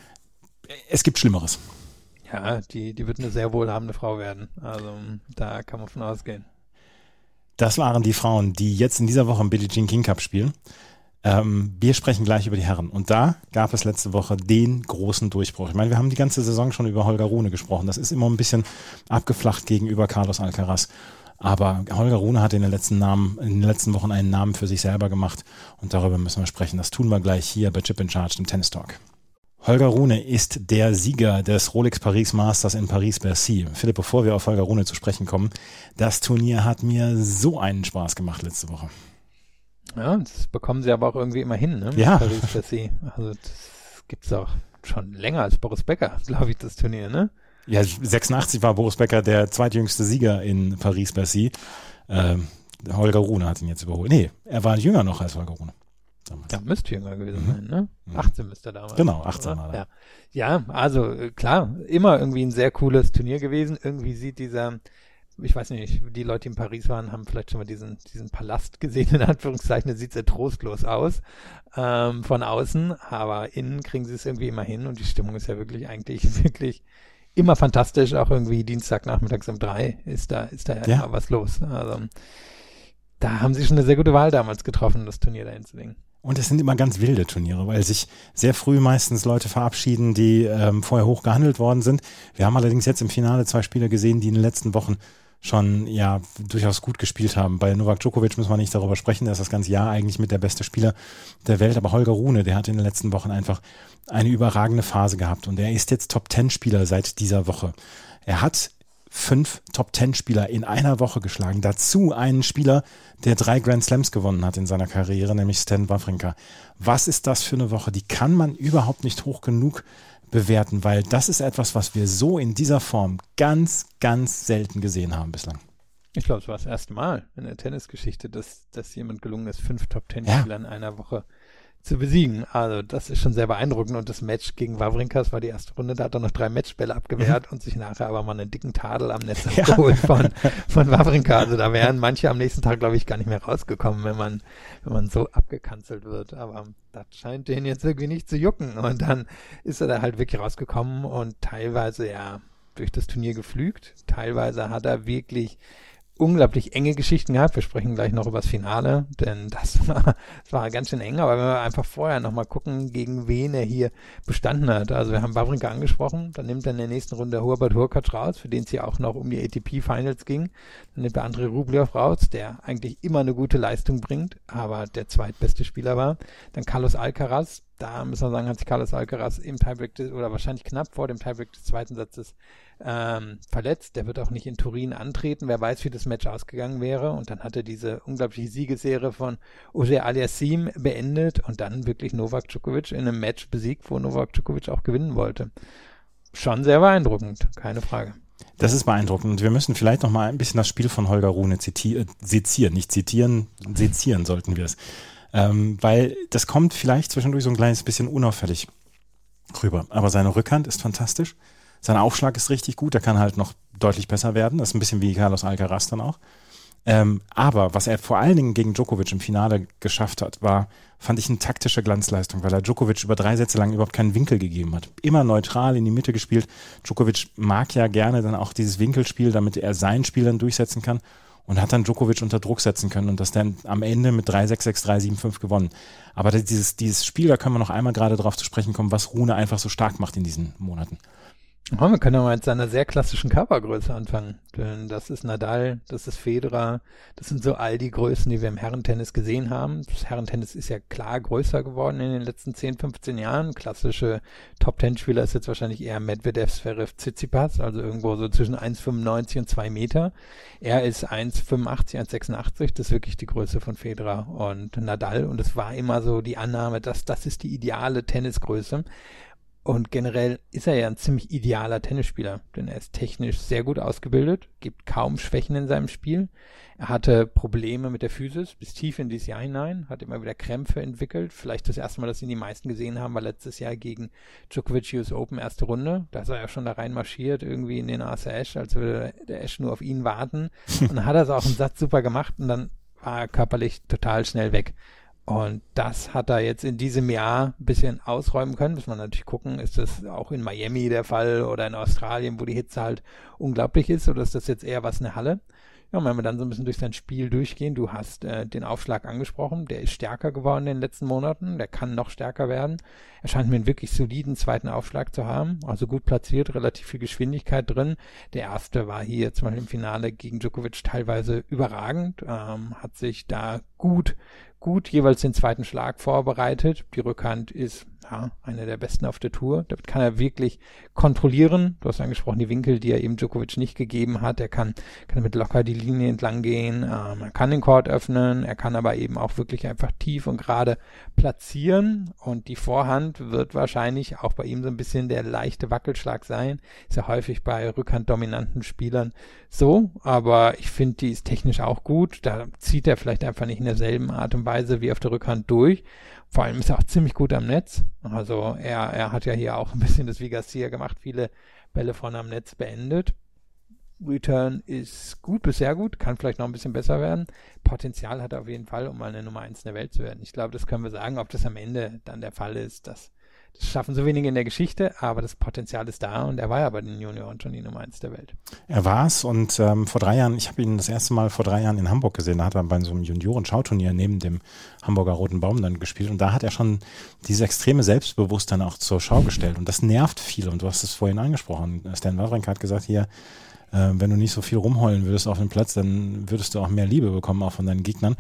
Es gibt Schlimmeres. Ja, die wird eine sehr wohlhabende Frau werden. Also da kann man von ausgehen. Das waren die Frauen, die jetzt in dieser Woche im Billie Jean King Cup spielen. Wir sprechen gleich über die Herren. Und da gab es letzte Woche den großen Durchbruch. Ich meine, wir haben die ganze Saison schon über Holger Rune gesprochen. Das ist immer ein bisschen abgeflacht gegenüber Carlos Alcaraz. Aber Holger Rune hat in den letzten Wochen einen Namen für sich selber gemacht. Und darüber müssen wir sprechen. Das tun wir gleich hier bei Chip in Charge, dem Tennis Talk. Holger Rune ist der Sieger des Rolex Paris Masters in Paris-Bercy. Philipp, bevor wir auf Holger Rune zu sprechen kommen, das Turnier hat mir so einen Spaß gemacht letzte Woche. Ja, das bekommen sie aber auch irgendwie immer hin, ne? Ja. Paris-Bercy. Also das gibt's auch schon länger als Boris Becker, glaube ich, das Turnier, ne? Ja, 86 war Boris Becker der zweitjüngste Sieger in Paris-Bercy. Holger Rune hat ihn jetzt überholt. Nee, er war jünger noch als Holger Rune. Damals. Ja, müsste jünger gewesen sein, ne? 18 müsste er damals. Genau, 18 war er. Ja, also klar, immer irgendwie ein sehr cooles Turnier gewesen. Irgendwie sieht ich weiß nicht, die Leute, die in Paris waren, haben vielleicht schon mal diesen Palast gesehen, in Anführungszeichen. Der sieht sehr trostlos aus von außen, aber innen kriegen sie es irgendwie immer hin und die Stimmung ist ja wirklich immer fantastisch. Auch irgendwie Dienstagnachmittags um 3 ist da ja immer was los. Also da haben sie schon eine sehr gute Wahl damals getroffen, das Turnier dahin zu legen. Und es sind immer ganz wilde Turniere, weil sich sehr früh meistens Leute verabschieden, die vorher hoch gehandelt worden sind. Wir haben allerdings jetzt im Finale 2 Spieler gesehen, die in den letzten Wochen schon durchaus gut gespielt haben. Bei Novak Djokovic müssen wir nicht darüber sprechen, der ist das ganze Jahr eigentlich mit der beste Spieler der Welt. Aber Holger Rune, der hat in den letzten Wochen einfach eine überragende Phase gehabt und er ist jetzt Top-10-Spieler seit dieser Woche. Er hat 5 Top-10-Spieler in einer Woche geschlagen. Dazu einen Spieler, der 3 Grand Slams gewonnen hat in seiner Karriere, nämlich Stan Wawrinka. Was ist das für eine Woche? Die kann man überhaupt nicht hoch genug bewerten, weil das ist etwas, was wir so in dieser Form ganz, ganz selten gesehen haben bislang. Ich glaube, es war das erste Mal in der Tennisgeschichte, dass jemand gelungen ist, 5 Top-10-Spieler in einer Woche zu besiegen. Also das ist schon sehr beeindruckend und das Match gegen Wawrinka, das war die erste Runde, da hat er noch 3 Matchbälle abgewehrt und sich nachher aber mal einen dicken Tadel am Netz abgeholt von Wawrinka. Also da wären manche am nächsten Tag, glaube ich, gar nicht mehr rausgekommen, wenn man so abgekanzelt wird. Aber das scheint den jetzt irgendwie nicht zu jucken. Und dann ist er da halt wirklich rausgekommen und teilweise durch das Turnier geflügt. Teilweise hat er wirklich unglaublich enge Geschichten gehabt. Wir sprechen gleich noch über das Finale, denn das war ganz schön eng, aber wenn wir einfach vorher nochmal gucken, gegen wen er hier bestanden hat. Also wir haben Wawrinka angesprochen, dann nimmt er in der nächsten Runde Hubert Hurkacz raus, für den es ja auch noch um die ATP-Finals ging. Dann nimmt er Andrei Rublev raus, der eigentlich immer eine gute Leistung bringt, aber der zweitbeste Spieler war. Dann Carlos Alcaraz, Da müssen wir sagen, hat sich Carlos Alcaraz im Tiebreak oder wahrscheinlich knapp vor dem Tiebreak des zweiten Satzes verletzt. Der wird auch nicht in Turin antreten. Wer weiß, wie das Match ausgegangen wäre. Und dann hat er diese unglaubliche Siegesserie von Auger Aliassime beendet und dann wirklich Novak Djokovic in einem Match besiegt, wo Novak Djokovic auch gewinnen wollte. Schon sehr beeindruckend, keine Frage. Das ist beeindruckend. Und wir müssen vielleicht noch mal ein bisschen das Spiel von Holger Rune sezieren sollten wir es. Weil das kommt vielleicht zwischendurch so ein kleines bisschen unauffällig rüber. Aber seine Rückhand ist fantastisch. Sein Aufschlag ist richtig gut. Der kann halt noch deutlich besser werden. Das ist ein bisschen wie Carlos Alcaraz dann auch. Aber was er vor allen Dingen gegen Djokovic im Finale geschafft hat, fand ich eine taktische Glanzleistung, weil er Djokovic über 3 Sätze lang überhaupt keinen Winkel gegeben hat. Immer neutral in die Mitte gespielt. Djokovic mag ja gerne dann auch dieses Winkelspiel, damit er sein Spiel dann durchsetzen kann und hat dann Djokovic unter Druck setzen können und das dann am Ende mit 3-6, 6-3, 7-5 gewonnen. Aber dieses Spiel, da können wir noch einmal gerade drauf zu sprechen kommen, was Rune einfach so stark macht in diesen Monaten. Oh, wir können aber mit seiner sehr klassischen Körpergröße anfangen, denn das ist Nadal, das ist Federer, das sind so all die Größen, die wir im Herrentennis gesehen haben. Das Herrentennis ist ja klar größer geworden in den letzten 10, 15 Jahren. Klassische Top-10-Spieler ist jetzt wahrscheinlich eher Medvedev, Zverev, Tsitsipas, also irgendwo so zwischen 1,95 und 2 Meter. Er ist 1,85, 1,86, das ist wirklich die Größe von Federer und Nadal und es war immer so die Annahme, dass das ist die ideale Tennisgröße. Und generell ist er ja ein ziemlich idealer Tennisspieler, denn er ist technisch sehr gut ausgebildet, gibt kaum Schwächen in seinem Spiel. Er hatte Probleme mit der Physis bis tief in dieses Jahr hinein, hat immer wieder Krämpfe entwickelt. Vielleicht das erste Mal, dass ihn die meisten gesehen haben, war letztes Jahr gegen Djokovic US Open erste Runde. Da ist er ja schon da reinmarschiert, irgendwie in den Arthur Ashe, als würde der Ashe nur auf ihn warten. Und dann hat er es auch im Satz super gemacht und dann war er körperlich total schnell weg. Und das hat er jetzt in diesem Jahr ein bisschen ausräumen können. Muss man natürlich gucken, ist das auch in Miami der Fall oder in Australien, wo die Hitze halt unglaublich ist, oder ist das jetzt eher was eine Halle? Ja, und wenn wir dann so ein bisschen durch sein Spiel durchgehen, du hast den Aufschlag angesprochen, der ist stärker geworden in den letzten Monaten, der kann noch stärker werden. Er scheint mir einen wirklich soliden zweiten Aufschlag zu haben, also gut platziert, relativ viel Geschwindigkeit drin. Der erste war hier zum Beispiel im Finale gegen Djokovic teilweise überragend, hat sich da gut jeweils den zweiten Schlag vorbereitet. Die Rückhand ist einer der besten auf der Tour. Damit kann er wirklich kontrollieren. Du hast angesprochen, die Winkel, die er eben Djokovic nicht gegeben hat. Er kann damit locker die Linie entlang gehen. Er kann den Court öffnen. Er kann aber eben auch wirklich einfach tief und gerade platzieren. Und die Vorhand wird wahrscheinlich auch bei ihm so ein bisschen der leichte Wackelschlag sein. Ist ja häufig bei rückhanddominanten Spielern so. Aber ich finde, die ist technisch auch gut. Da zieht er vielleicht einfach nicht in derselben Art und Weise wie auf der Rückhand durch. Vor allem ist er auch ziemlich gut am Netz. Also er hat ja hier auch ein bisschen das wie Garcia gemacht, viele Bälle vorne am Netz beendet. Return ist gut bis sehr gut, kann vielleicht noch ein bisschen besser werden. Potenzial hat er auf jeden Fall, um mal eine Nummer 1 in der Welt zu werden. Ich glaube, das können wir sagen. Ob das am Ende dann der Fall ist, das schaffen so wenige in der Geschichte, aber das Potenzial ist da und er war ja bei den Junioren schon die Nummer 1 der Welt. Er war es und vor 3 Jahren, ich habe ihn das erste Mal vor 3 Jahren in Hamburg gesehen, da hat er bei so einem Junioren-Schauturnier neben dem Hamburger Roten Baum dann gespielt und da hat er schon dieses extreme Selbstbewusstsein auch zur Schau gestellt und das nervt viel und du hast es vorhin angesprochen. Stan Wawrinka hat gesagt hier, wenn du nicht so viel rumheulen würdest auf dem Platz, dann würdest du auch mehr Liebe bekommen, auch von deinen Gegnern.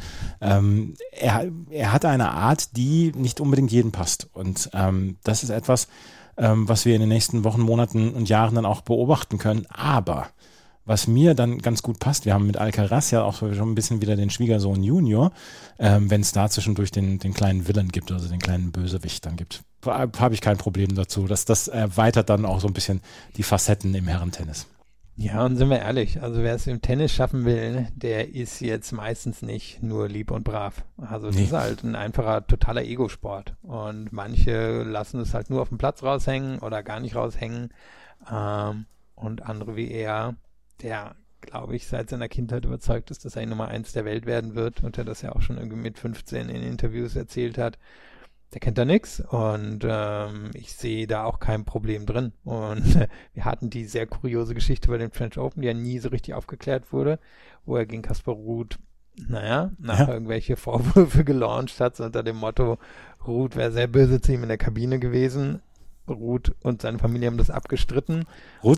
Er hat eine Art, die nicht unbedingt jedem passt. Und das ist etwas, was wir in den nächsten Wochen, Monaten und Jahren dann auch beobachten können. Aber was mir dann ganz gut passt, wir haben mit Alcaraz ja auch schon ein bisschen wieder den Schwiegersohn Junior, wenn es da zwischendurch den kleinen Villain gibt, also den kleinen Bösewicht dann gibt, habe ich kein Problem dazu. Das erweitert dann auch so ein bisschen die Facetten im Herrentennis. Ja, und sind wir ehrlich, also wer es im Tennis schaffen will, der ist jetzt meistens nicht nur lieb und brav. Also das ist halt ein einfacher, totaler Ego-Sport. Und manche lassen es halt nur auf dem Platz raushängen oder gar nicht raushängen. Und andere wie er, der, glaube ich, seit seiner Kindheit überzeugt ist, dass er Nummer 1 der Welt werden wird und er das ja auch schon irgendwie mit 15 in Interviews erzählt hat. Der kennt da nichts und ich sehe da auch kein Problem drin. Und wir hatten die sehr kuriose Geschichte bei den French Open, die ja nie so richtig aufgeklärt wurde, wo er gegen Kaspar Ruud, irgendwelche Vorwürfe gelauncht hat, so unter dem Motto, Ruud wäre sehr böse zu ihm in der Kabine gewesen. Ruud und seine Familie haben das abgestritten. Ruud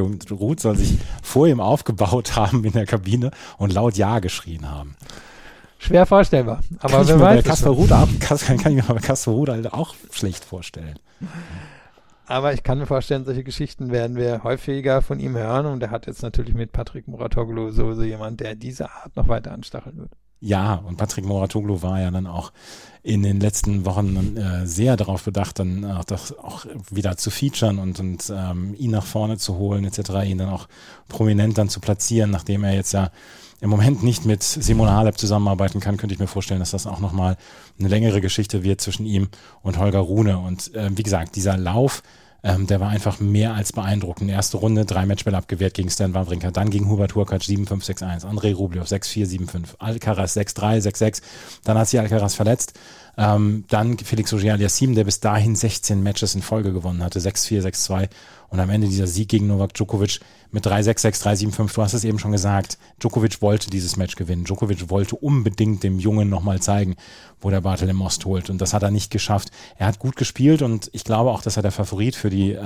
soll sich vor ihm aufgebaut haben in der Kabine und laut Ja geschrien haben. Schwer vorstellbar. Aber kann wer weiß. Kann ich mir bei Kaspar Ruud halt auch schlecht vorstellen. Aber ich kann mir vorstellen, solche Geschichten werden wir häufiger von ihm hören. Und er hat jetzt natürlich mit Patrick Mouratoglou sowieso jemand, der diese Art noch weiter anstacheln wird. Ja, und Patrick Mouratoglou war ja dann auch in den letzten Wochen sehr darauf bedacht, dann das auch wieder zu featuren und ihn nach vorne zu holen etc., ihn dann auch prominent dann zu platzieren, nachdem er jetzt ja im Moment nicht mit Simona Halep zusammenarbeiten kann, könnte ich mir vorstellen, dass das auch nochmal eine längere Geschichte wird zwischen ihm und Holger Rune. Und wie gesagt, dieser Lauf, der war einfach mehr als beeindruckend. Erste Runde, 3 Matchbälle abgewehrt gegen Stan Wawrinka, dann gegen Hubert Hurkacz 7-5, 6-1, Andrei Rublev 6-4, 7-5, Alcaraz 6-3, 6-6, dann hat sich Alcaraz verletzt, dann Felix Auger-Aliassime, der bis dahin 16 Matches in Folge gewonnen hatte, 6-4, 6-2 und am Ende dieser Sieg gegen Novak Djokovic mit 3-6, 6-3, 7-5, du hast es eben schon gesagt, Djokovic wollte dieses Match gewinnen, Djokovic wollte unbedingt dem Jungen nochmal zeigen, wo der Bartel im Most holt und das hat er nicht geschafft. Er hat gut gespielt und ich glaube auch, dass er der Favorit für die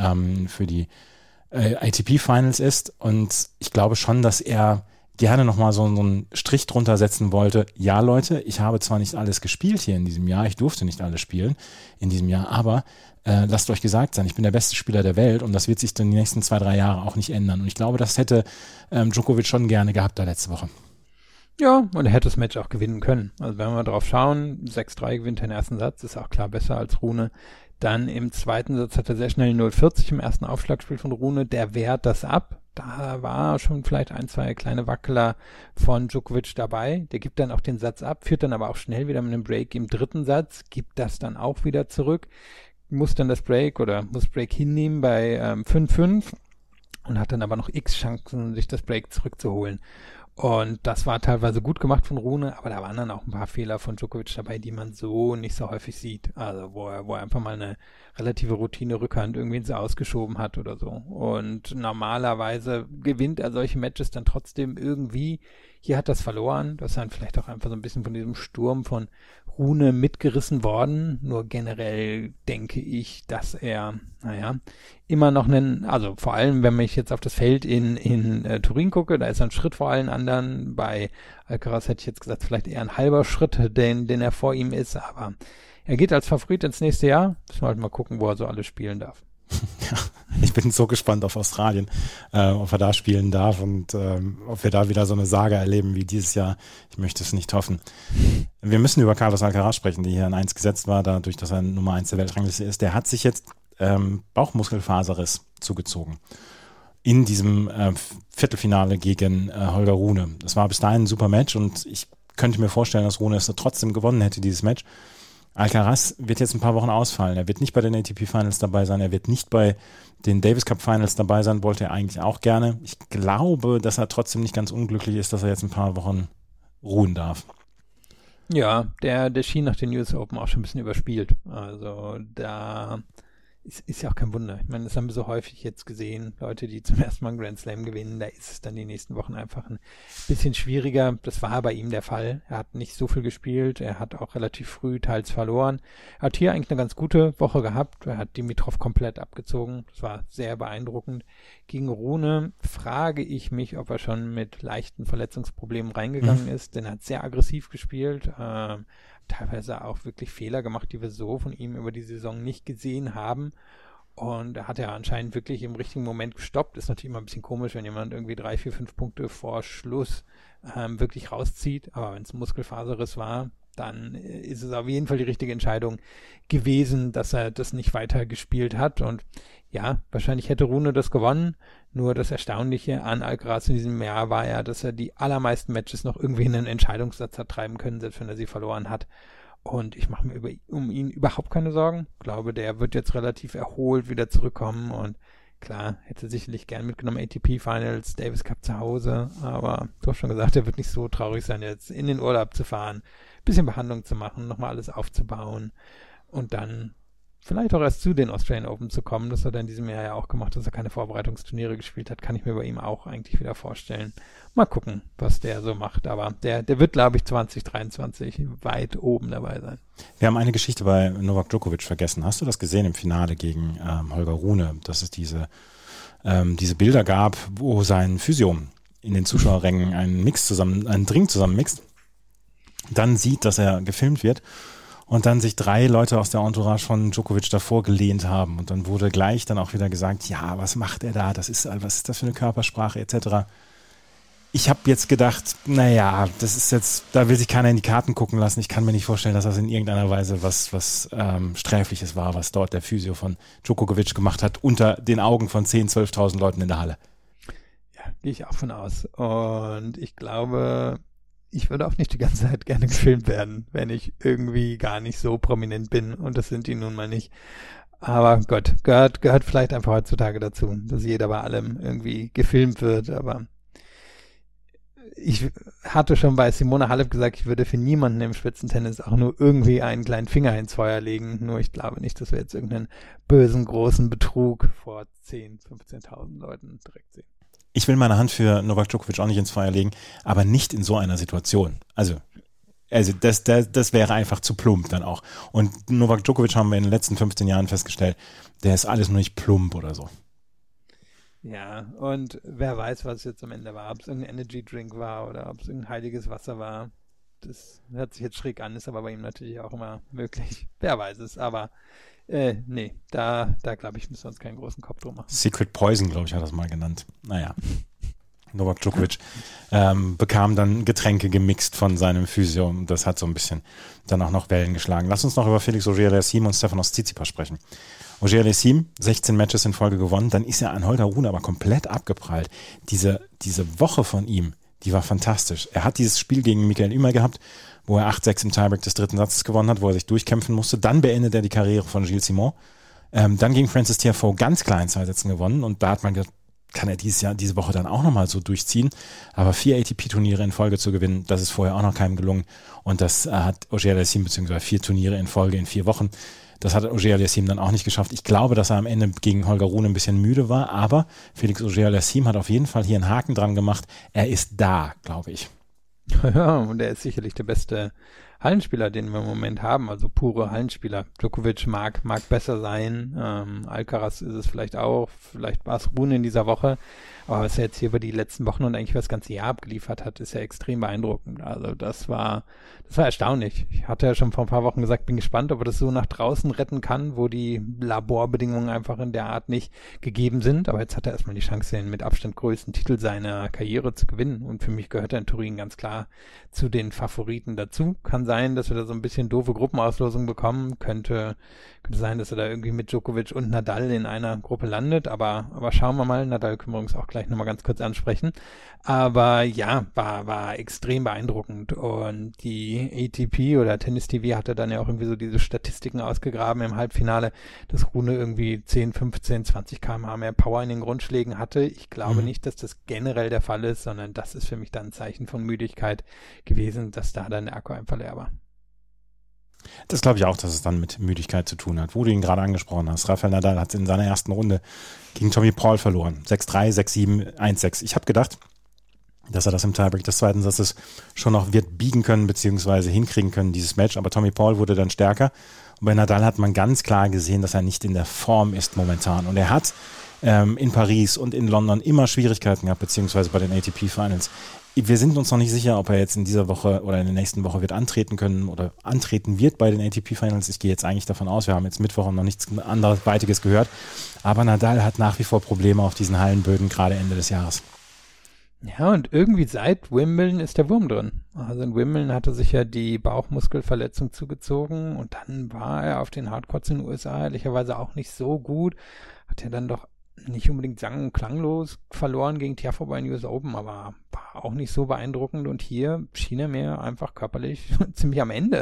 ATP-Finals ist und ich glaube schon, dass er gerne nochmal so einen Strich drunter setzen wollte. Ja, Leute, ich habe zwar nicht alles gespielt hier in diesem Jahr, ich durfte nicht alles spielen in diesem Jahr, aber lasst euch gesagt sein, ich bin der beste Spieler der Welt und das wird sich dann die nächsten 2-3 Jahre auch nicht ändern. Und ich glaube, das hätte Djokovic schon gerne gehabt da letzte Woche. Ja, und er hätte das Match auch gewinnen können. Also wenn wir drauf schauen, 6-3 gewinnt er den ersten Satz, ist auch klar besser als Rune. Dann im zweiten Satz hat er sehr schnell 0,40 im ersten Aufschlagspiel von Rune, der wehrt das ab. Da war schon vielleicht 1-2 kleine Wackeler von Djokovic dabei. Der gibt dann auch den Satz ab, führt dann aber auch schnell wieder mit einem Break im dritten Satz, gibt das dann auch wieder zurück, muss Break hinnehmen bei 5-5 und hat dann aber noch x Chancen, sich das Break zurückzuholen. Und das war teilweise gut gemacht von Rune, aber da waren dann auch ein paar Fehler von Djokovic dabei, die man so nicht so häufig sieht. Also wo er einfach mal eine relative Routine-Rückhand irgendwie ins Ausgeschoben hat oder so. Und normalerweise gewinnt er solche Matches dann trotzdem irgendwie. Hier hat das verloren. Das ist dann vielleicht auch einfach so ein bisschen von diesem Sturm von Rune mitgerissen worden. Nur generell denke ich, dass er, immer noch also vor allem, wenn ich jetzt auf das Feld in Turin gucke, da ist er ein Schritt vor allen anderen. Bei Alcaraz hätte ich jetzt gesagt, vielleicht eher ein halber Schritt, den er vor ihm ist, aber er geht als Favorit ins nächste Jahr. Müssen wir halt mal gucken, wo er so alles spielen darf. Ja, ich bin so gespannt auf Australien, ob er da spielen darf und ob wir da wieder so eine Saga erleben wie dieses Jahr. Ich möchte es nicht hoffen. Wir müssen über Carlos Alcaraz sprechen, der hier an 1 gesetzt war, dadurch, dass er Nummer 1 der Weltrangliste ist. Der hat sich jetzt Bauchmuskelfaserriss zugezogen in diesem Viertelfinale gegen Holger Rune. Das war bis dahin ein super Match und ich könnte mir vorstellen, dass Rune es trotzdem gewonnen hätte, dieses Match. Alcaraz wird jetzt ein paar Wochen ausfallen. Er wird nicht bei den ATP Finals dabei sein. Er wird nicht bei den Davis Cup Finals dabei sein. Wollte er eigentlich auch gerne. Ich glaube, dass er trotzdem nicht ganz unglücklich ist, dass er jetzt ein paar Wochen ruhen darf. Ja, der schien nach den US Open auch schon ein bisschen überspielt. Also da ist ja auch kein Wunder. Ich meine, das haben wir so häufig jetzt gesehen. Leute, die zum ersten Mal einen Grand Slam gewinnen, da ist es dann die nächsten Wochen einfach ein bisschen schwieriger. Das war bei ihm der Fall. Er hat nicht so viel gespielt. Er hat auch relativ früh teils verloren. Er hat hier eigentlich eine ganz gute Woche gehabt. Er hat Dimitrov komplett abgezogen. Das war sehr beeindruckend. Gegen Rune frage ich mich, ob er schon mit leichten Verletzungsproblemen reingegangen ist, denn er hat sehr aggressiv gespielt. Teilweise auch wirklich Fehler gemacht, die wir so von ihm über die Saison nicht gesehen haben. Und er hat ja anscheinend wirklich im richtigen Moment gestoppt. Ist natürlich immer ein bisschen komisch, wenn jemand irgendwie 3, 4, 5 Punkte vor Schluss wirklich rauszieht. Aber wenn es ein Muskelfaserriss war, dann ist es auf jeden Fall die richtige Entscheidung gewesen, dass er das nicht weiter gespielt hat. Und ja, wahrscheinlich hätte Rune das gewonnen. Nur das Erstaunliche an Alcaraz in diesem Jahr war ja, dass er die allermeisten Matches noch irgendwie in einen Entscheidungssatz hat treiben können, selbst wenn er sie verloren hat. Und ich mache mir um ihn überhaupt keine Sorgen. Ich glaube, der wird jetzt relativ erholt wieder zurückkommen. Und klar, hätte sicherlich gern mitgenommen ATP Finals, Davis Cup zu Hause. Aber du hast schon gesagt, er wird nicht so traurig sein, jetzt in den Urlaub zu fahren, bisschen Behandlung zu machen, nochmal alles aufzubauen und dann vielleicht auch erst zu den Australian Open zu kommen. Das hat er in diesem Jahr ja auch gemacht, dass er keine Vorbereitungsturniere gespielt hat. Kann ich mir bei ihm auch eigentlich wieder vorstellen. Mal gucken, was der so macht. Aber der wird, glaube ich, 2023 weit oben dabei sein. Wir haben eine Geschichte bei Novak Djokovic vergessen. Hast du das gesehen im Finale gegen Holger Rune? Dass es diese Bilder gab, wo sein Physio in den Zuschauerrängen einen Drink zusammen mixt. dann sieht, dass er gefilmt wird und dann sich 3 Leute aus der Entourage von Djokovic davor gelehnt haben. Und dann wurde gleich dann auch wieder gesagt, ja, was macht er da? Was ist das für eine Körpersprache etc.? Ich habe jetzt gedacht, naja, das ist jetzt, da will sich keiner in die Karten gucken lassen. Ich kann mir nicht vorstellen, dass das in irgendeiner Weise was Sträfliches war, was dort der Physio von Djokovic gemacht hat, unter den Augen von 10.000, 12.000 Leuten in der Halle. Ja, gehe ich auch von aus. Und ich glaube, ich würde auch nicht die ganze Zeit gerne gefilmt werden, wenn ich irgendwie gar nicht so prominent bin. Und das sind die nun mal nicht. Aber Gott, gehört vielleicht einfach heutzutage dazu, dass jeder bei allem irgendwie gefilmt wird. Aber ich hatte schon bei Simona Halep gesagt, ich würde für niemanden im Spitzentennis auch nur irgendwie einen kleinen Finger ins Feuer legen. Nur ich glaube nicht, dass wir jetzt irgendeinen bösen, großen Betrug vor 10.000, 15.000 Leuten direkt sehen. Ich will meine Hand für Novak Djokovic auch nicht ins Feuer legen, aber nicht in so einer Situation. Also das wäre einfach zu plump dann auch. Und Novak Djokovic haben wir in den letzten 15 Jahren festgestellt, der ist alles nur nicht plump oder so. Ja, und wer weiß, was es jetzt am Ende war, ob es irgendein Energy-Drink war oder ob es irgendein heiliges Wasser war. Das hört sich jetzt schräg an, ist aber bei ihm natürlich auch immer möglich. Wer weiß es, aber nee, da glaube ich, müssen wir uns keinen großen Kopf drum machen. Secret Poison, glaube ich, hat das mal genannt. Naja. Novak Djokovic bekam dann Getränke gemixt von seinem Physio. Das hat so ein bisschen dann auch noch Wellen geschlagen. Lass uns noch über Felix Auger-Aliassime und Stefanos Tsitsipas sprechen. Auger-Aliassime, 16 Matches in Folge gewonnen, dann ist er an Holger Rune aber komplett abgeprallt. Diese Woche von ihm, die war fantastisch. Er hat dieses Spiel gegen Michael Ymer gehabt, wo er 8-6 im Tiebreak des 3. Satzes gewonnen hat, wo er sich durchkämpfen musste. Dann beendet er die Karriere von Gilles Simon. Dann gegen Francis Tiafoe ganz klar in 2 Sätzen gewonnen und da hat man gedacht, kann er diese Woche dann auch nochmal so durchziehen. Aber 4 ATP-Turniere in Folge zu gewinnen, das ist vorher auch noch keinem gelungen. Und das hat Auger-Aliassime, beziehungsweise 4 Turniere in Folge in 4 Wochen. Das hat Auger-Aliassime dann auch nicht geschafft. Ich glaube, dass er am Ende gegen Holger Rune ein bisschen müde war, aber Felix Auger-Aliassime hat auf jeden Fall hier einen Haken dran gemacht. Er ist da, glaube ich. Ja, und er ist sicherlich der beste Hallenspieler, den wir im Moment haben, also pure Hallenspieler. Djokovic mag besser sein, Alcaraz ist es vielleicht auch, vielleicht war es Rune in dieser Woche, aber was er jetzt hier über die letzten Wochen und eigentlich über das ganze Jahr abgeliefert hat, ist ja extrem beeindruckend. Also das war erstaunlich. Ich hatte ja schon vor ein paar Wochen gesagt, bin gespannt, ob er das so nach draußen retten kann, wo die Laborbedingungen einfach in der Art nicht gegeben sind, aber jetzt hat er erstmal die Chance, den mit Abstand größten Titel seiner Karriere zu gewinnen und für mich gehört er in Turin ganz klar zu den Favoriten dazu. Kann sein, dass wir da so ein bisschen doofe Gruppenauslosung bekommen, könnte sein, dass er da irgendwie mit Djokovic und Nadal in einer Gruppe landet, aber schauen wir mal, Nadal können wir uns auch gleich nochmal ganz kurz ansprechen, aber ja, war extrem beeindruckend und die ATP oder Tennis TV hatte dann ja auch irgendwie so diese Statistiken ausgegraben im Halbfinale, dass Rune irgendwie 10, 15, 20 km/h mehr Power in den Grundschlägen hatte. Ich glaube nicht, dass das generell der Fall ist, sondern das ist für mich dann ein Zeichen von Müdigkeit gewesen, dass da dann der Akku einfach leer war. Das glaube ich auch, dass es dann mit Müdigkeit zu tun hat. Wo du ihn gerade angesprochen hast. Rafael Nadal hat in seiner ersten Runde gegen Tommy Paul verloren. 6-3, 6-7, 1-6. Ich habe gedacht, dass er das im Tiebreak des 2. Satzes schon noch wird biegen können, beziehungsweise hinkriegen können, dieses Match. Aber Tommy Paul wurde dann stärker. Und bei Nadal hat man ganz klar gesehen, dass er nicht in der Form ist momentan. Und er hat in Paris und in London immer Schwierigkeiten gehabt, beziehungsweise bei den ATP Finals. Wir sind uns noch nicht sicher, ob er jetzt in dieser Woche oder in der nächsten Woche wird antreten können oder antreten wird bei den ATP Finals. Ich gehe jetzt eigentlich davon aus, wir haben jetzt Mittwoch und noch nichts anderweitiges gehört. Aber Nadal hat nach wie vor Probleme auf diesen Hallenböden, gerade Ende des Jahres. Ja, und irgendwie seit Wimbledon ist der Wurm drin. Also in Wimbledon hatte sich ja die Bauchmuskelverletzung zugezogen und dann war er auf den Hardcourts in den USA ehrlicherweise auch nicht so gut. Hat er dann doch nicht unbedingt sang- und klanglos verloren gegen Tiafoe bei den US Open, aber war auch nicht so beeindruckend und hier schien er mir einfach körperlich ziemlich am Ende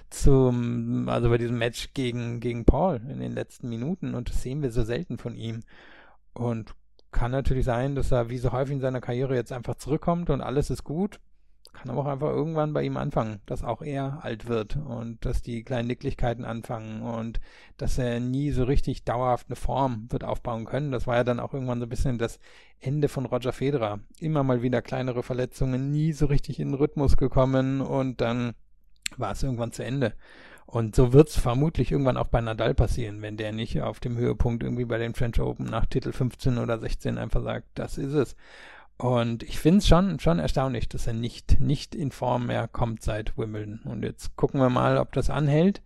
also bei diesem Match gegen Paul in den letzten Minuten und das sehen wir so selten von ihm und kann natürlich sein, dass er wie so häufig in seiner Karriere jetzt einfach zurückkommt und alles ist gut. Kann aber auch einfach irgendwann bei ihm anfangen, dass auch er alt wird und dass die kleinen Nicklichkeiten anfangen und dass er nie so richtig dauerhaft eine Form wird aufbauen können. Das war ja dann auch irgendwann so ein bisschen das Ende von Roger Federer. Immer mal wieder kleinere Verletzungen, nie so richtig in den Rhythmus gekommen und dann war es irgendwann zu Ende. Und so wird es vermutlich irgendwann auch bei Nadal passieren, wenn der nicht auf dem Höhepunkt irgendwie bei den French Open nach Titel 15 oder 16 einfach sagt, das ist es. Und ich finde es schon erstaunlich, dass er nicht in Form mehr kommt seit Wimbledon. Und jetzt gucken wir mal, ob das anhält.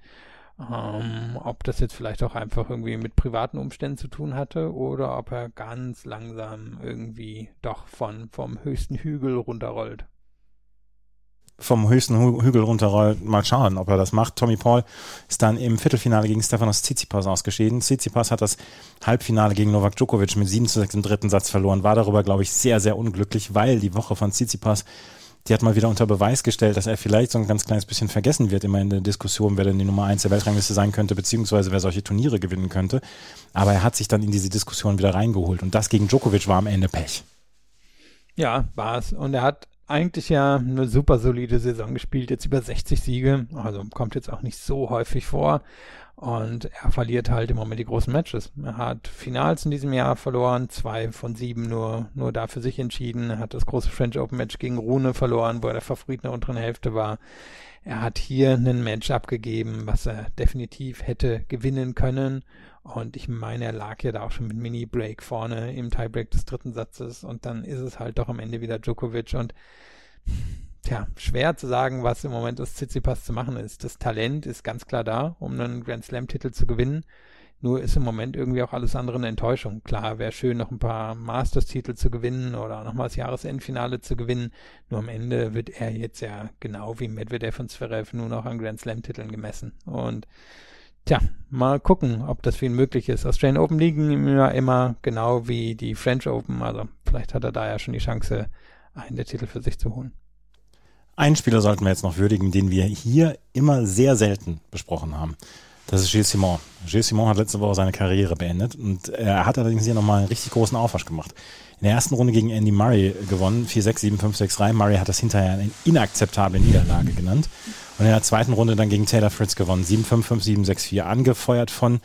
Ob das jetzt vielleicht auch einfach irgendwie mit privaten Umständen zu tun hatte oder ob er ganz langsam irgendwie doch vom höchsten Hügel runterrollt. Vom höchsten Hügel runterrollt, mal schauen, ob er das macht. Tommy Paul ist dann im Viertelfinale gegen Stefanos Tsitsipas ausgeschieden. Tsitsipas hat das Halbfinale gegen Novak Djokovic mit 7-6 im dritten Satz verloren, war darüber, glaube ich, sehr, sehr unglücklich, weil die Woche von Tsitsipas, die hat mal wieder unter Beweis gestellt, dass er vielleicht so ein ganz kleines bisschen vergessen wird, immer in der Diskussion, wer denn die Nummer 1 der Weltrangliste sein könnte, beziehungsweise wer solche Turniere gewinnen könnte. Aber er hat sich dann in diese Diskussion wieder reingeholt und das gegen Djokovic war am Ende Pech. Ja, war es. Und er hat eigentlich ja eine super solide Saison gespielt, jetzt über 60 Siege, also kommt jetzt auch nicht so häufig vor und er verliert halt im Moment die großen Matches. Er hat Finals in diesem Jahr verloren, 2 von 7 nur da für sich entschieden, er hat das große French Open Match gegen Rune verloren, wo er der Favorit in der unteren Hälfte war. Er hat hier ein Match abgegeben, was er definitiv hätte gewinnen können. Und ich meine, er lag ja da auch schon mit Mini-Break vorne im Tiebreak des dritten Satzes. Und dann ist es halt doch am Ende wieder Djokovic. Und schwer zu sagen, was im Moment aus Tsitsipas zu machen ist. Das Talent ist ganz klar da, um einen Grand Slam-Titel zu gewinnen. Nur ist im Moment irgendwie auch alles andere eine Enttäuschung. Klar, wäre schön, noch ein paar Masters-Titel zu gewinnen oder nochmal das Jahresendfinale zu gewinnen. Nur am Ende wird er jetzt ja genau wie Medvedev und Zverev nur noch an Grand Slam-Titeln gemessen. Und mal gucken, ob das für ihn möglich ist. Australian Open liegen ihm ja immer genau wie die French Open. Also vielleicht hat er da ja schon die Chance, einen der Titel für sich zu holen. Einen Spieler sollten wir jetzt noch würdigen, den wir hier immer sehr selten besprochen haben. Das ist Gilles Simon. Gilles Simon hat letzte Woche seine Karriere beendet und er hat allerdings hier nochmal einen richtig großen Aufwasch gemacht. In der ersten Runde gegen Andy Murray gewonnen, 4-6, 7-5, 6-3. Murray hat das hinterher eine inakzeptable Niederlage genannt. Und in der zweiten Runde dann gegen Taylor Fritz gewonnen, 7-5, 5-7, 6-4. Angefeuert von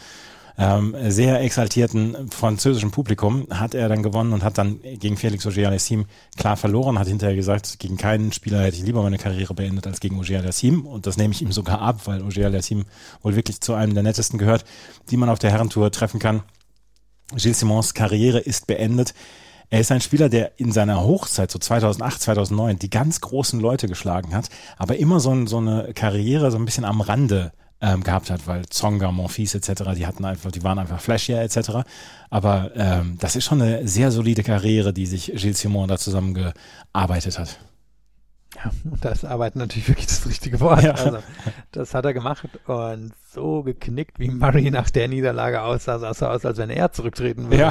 sehr exaltierten französischen Publikum hat er dann gewonnen und hat dann gegen Félix Auger-Aliassime klar verloren, hat hinterher gesagt, gegen keinen Spieler hätte ich lieber meine Karriere beendet als gegen Auger-Aliassime und das nehme ich ihm sogar ab, weil Auger-Aliassime wohl wirklich zu einem der nettesten gehört, die man auf der Herrentour treffen kann. Gilles Simons Karriere ist beendet. Er ist ein Spieler, der in seiner Hochzeit, so 2008, 2009, die ganz großen Leute geschlagen hat, aber immer so eine Karriere so ein bisschen am Rande gehabt hat, weil Tsonga, Monfils etc., die waren einfach flashier etc. Aber das ist schon eine sehr solide Karriere, die sich Gilles Simon da zusammengearbeitet hat. Ja, und das Arbeiten natürlich wirklich das richtige Wort. Ja. Also, das hat er gemacht und so geknickt, wie Murray nach der Niederlage aussah, sah es aus, als wenn er zurücktreten würde. Ja.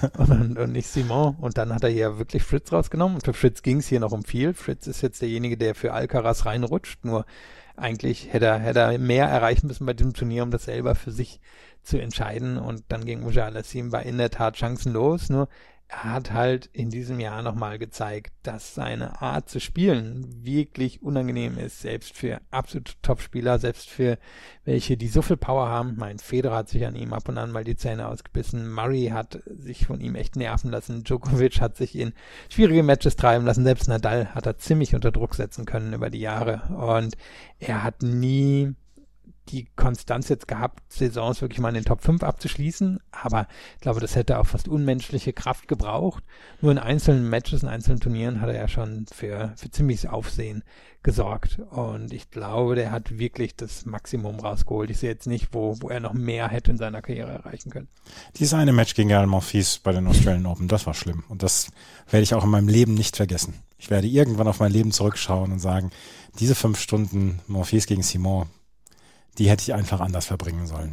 und nicht Simon. Und dann hat er hier wirklich Fritz rausgenommen. Und für Fritz ging es hier noch um viel. Fritz ist jetzt derjenige, der für Alcaraz reinrutscht. Nur eigentlich hätte er mehr erreichen müssen bei diesem Turnier, um das selber für sich zu entscheiden. Und dann gegen Auger-Aliassime war in der Tat chancenlos. Nur er hat halt in diesem Jahr nochmal gezeigt, dass seine Art zu spielen wirklich unangenehm ist, selbst für absolute Topspieler, selbst für welche, die so viel Power haben. Mein Federer hat sich an ihm ab und an mal die Zähne ausgebissen. Murray hat sich von ihm echt nerven lassen. Djokovic hat sich in schwierige Matches treiben lassen. Selbst Nadal hat er ziemlich unter Druck setzen können über die Jahre. Und er hat nie die Konstanz jetzt gehabt, Saisons wirklich mal in den Top 5 abzuschließen, aber ich glaube, das hätte auch fast unmenschliche Kraft gebraucht. Nur in einzelnen Matches, in einzelnen Turnieren hat er ja schon für ziemliches Aufsehen gesorgt und ich glaube, der hat wirklich das Maximum rausgeholt. Ich sehe jetzt nicht, wo er noch mehr hätte in seiner Karriere erreichen können. Dieses eine Match gegen Gael Monfils bei den Australian Open, das war schlimm und das werde ich auch in meinem Leben nicht vergessen. Ich werde irgendwann auf mein Leben zurückschauen und sagen, diese 5 Stunden Monfils gegen Simon, die hätte ich einfach anders verbringen sollen.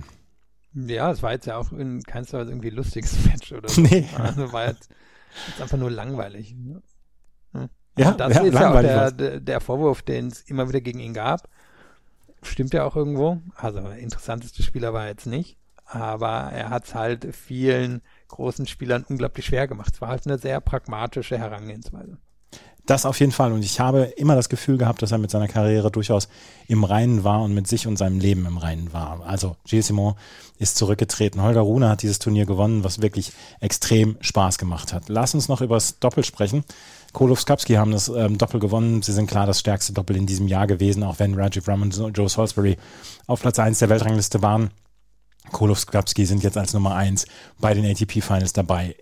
Ja, es war jetzt ja auch in keinster Weise irgendwie ein lustiges Match oder so. Nee. Also war jetzt einfach nur langweilig. Ja, das ja, ist ja auch langweilig der Vorwurf, den es immer wieder gegen ihn gab. Stimmt ja auch irgendwo. Also der interessanteste Spieler war er jetzt nicht. Aber er hat es halt vielen großen Spielern unglaublich schwer gemacht. Es war halt eine sehr pragmatische Herangehensweise. Das auf jeden Fall. Und ich habe immer das Gefühl gehabt, dass er mit seiner Karriere durchaus im Reinen war und mit sich und seinem Leben im Reinen war. Also Gilles Simon ist zurückgetreten. Holger Rune hat dieses Turnier gewonnen, was wirklich extrem Spaß gemacht hat. Lass uns noch über das Doppel sprechen. Koloff Skapski haben das Doppel gewonnen. Sie sind klar das stärkste Doppel in diesem Jahr gewesen, auch wenn Rajiv Ram und Joe Salisbury auf Platz 1 der Weltrangliste waren. Koloff Skapski sind jetzt als Nummer 1 bei den ATP Finals dabei.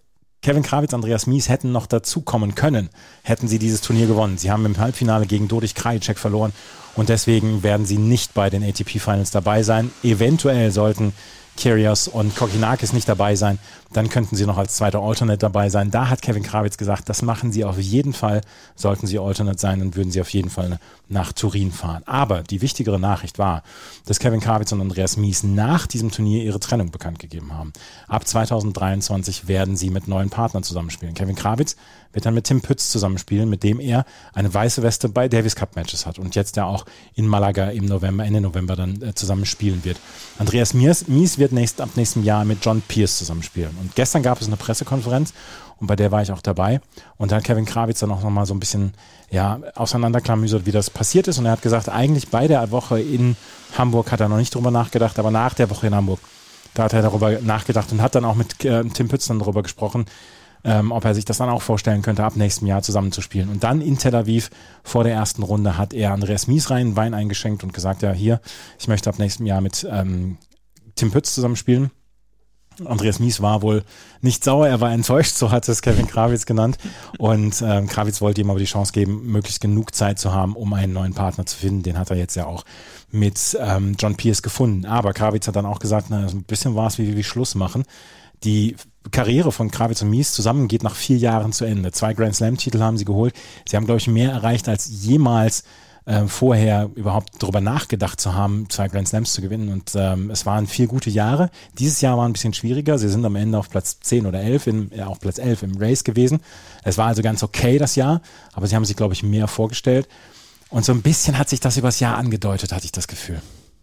Kevin Krawitz, Andreas Mies hätten noch dazukommen können, hätten sie dieses Turnier gewonnen. Sie haben im Halbfinale gegen Dodich Krajicek verloren und deswegen werden sie nicht bei den ATP Finals dabei sein. Eventuell sollten Kyrgios und Kokkinakis nicht dabei sein, dann könnten sie noch als zweiter Alternate dabei sein. Da hat Kevin Krawitz gesagt, das machen sie auf jeden Fall, sollten sie Alternate sein, dann würden sie auf jeden Fall nach Turin fahren. Aber die wichtigere Nachricht war, dass Kevin Krawitz und Andreas Mies nach diesem Turnier ihre Trennung bekannt gegeben haben. Ab 2023 werden sie mit neuen Partnern zusammenspielen. Kevin Krawitz wird dann mit Tim Pütz zusammenspielen, mit dem er eine weiße Weste bei Davis Cup Matches hat und jetzt ja auch in Malaga im November, Ende November dann zusammen spielen wird. Andreas Mies wird ab nächstem Jahr mit John Pierce zusammenspielen. Und gestern gab es eine Pressekonferenz und bei der war ich auch dabei und da hat Kevin Krawitz dann auch nochmal so ein bisschen auseinanderklamüsert, wie das passiert ist und er hat gesagt, eigentlich bei der Woche in Hamburg hat er noch nicht drüber nachgedacht, aber nach der Woche in Hamburg, da hat er darüber nachgedacht und hat dann auch mit Tim Pütz dann darüber gesprochen, ob er sich das dann auch vorstellen könnte, ab nächstem Jahr zusammenzuspielen. Und dann in Tel Aviv vor der ersten Runde hat er Andreas Mies rein Wein eingeschenkt und gesagt, ja hier, ich möchte ab nächstem Jahr mit Tim Pütz zusammenspielen. Andreas Mies war wohl nicht sauer, er war enttäuscht, so hat es Kevin Krawitz genannt. Und Krawitz wollte ihm aber die Chance geben, möglichst genug Zeit zu haben, um einen neuen Partner zu finden. Den hat er jetzt ja auch mit John Pierce gefunden. Aber Krawitz hat dann auch gesagt, na, so ein bisschen war es wie Schluss machen. Die Karriere von Krawitz und Mies zusammen geht nach 4 Jahren zu Ende. 2 Grand Slam-Titel haben sie geholt. Sie haben, glaube ich, mehr erreicht als jemals vorher überhaupt darüber nachgedacht zu haben, 2 Grand Slams zu gewinnen. Und es waren 4 gute Jahre. Dieses Jahr war ein bisschen schwieriger. Sie sind am Ende auf Platz 10 oder 11, auf Platz 11 im Race gewesen. Es war also ganz okay das Jahr, aber sie haben sich, glaube ich, mehr vorgestellt. Und so ein bisschen hat sich das übers Jahr angedeutet, hatte ich das Gefühl.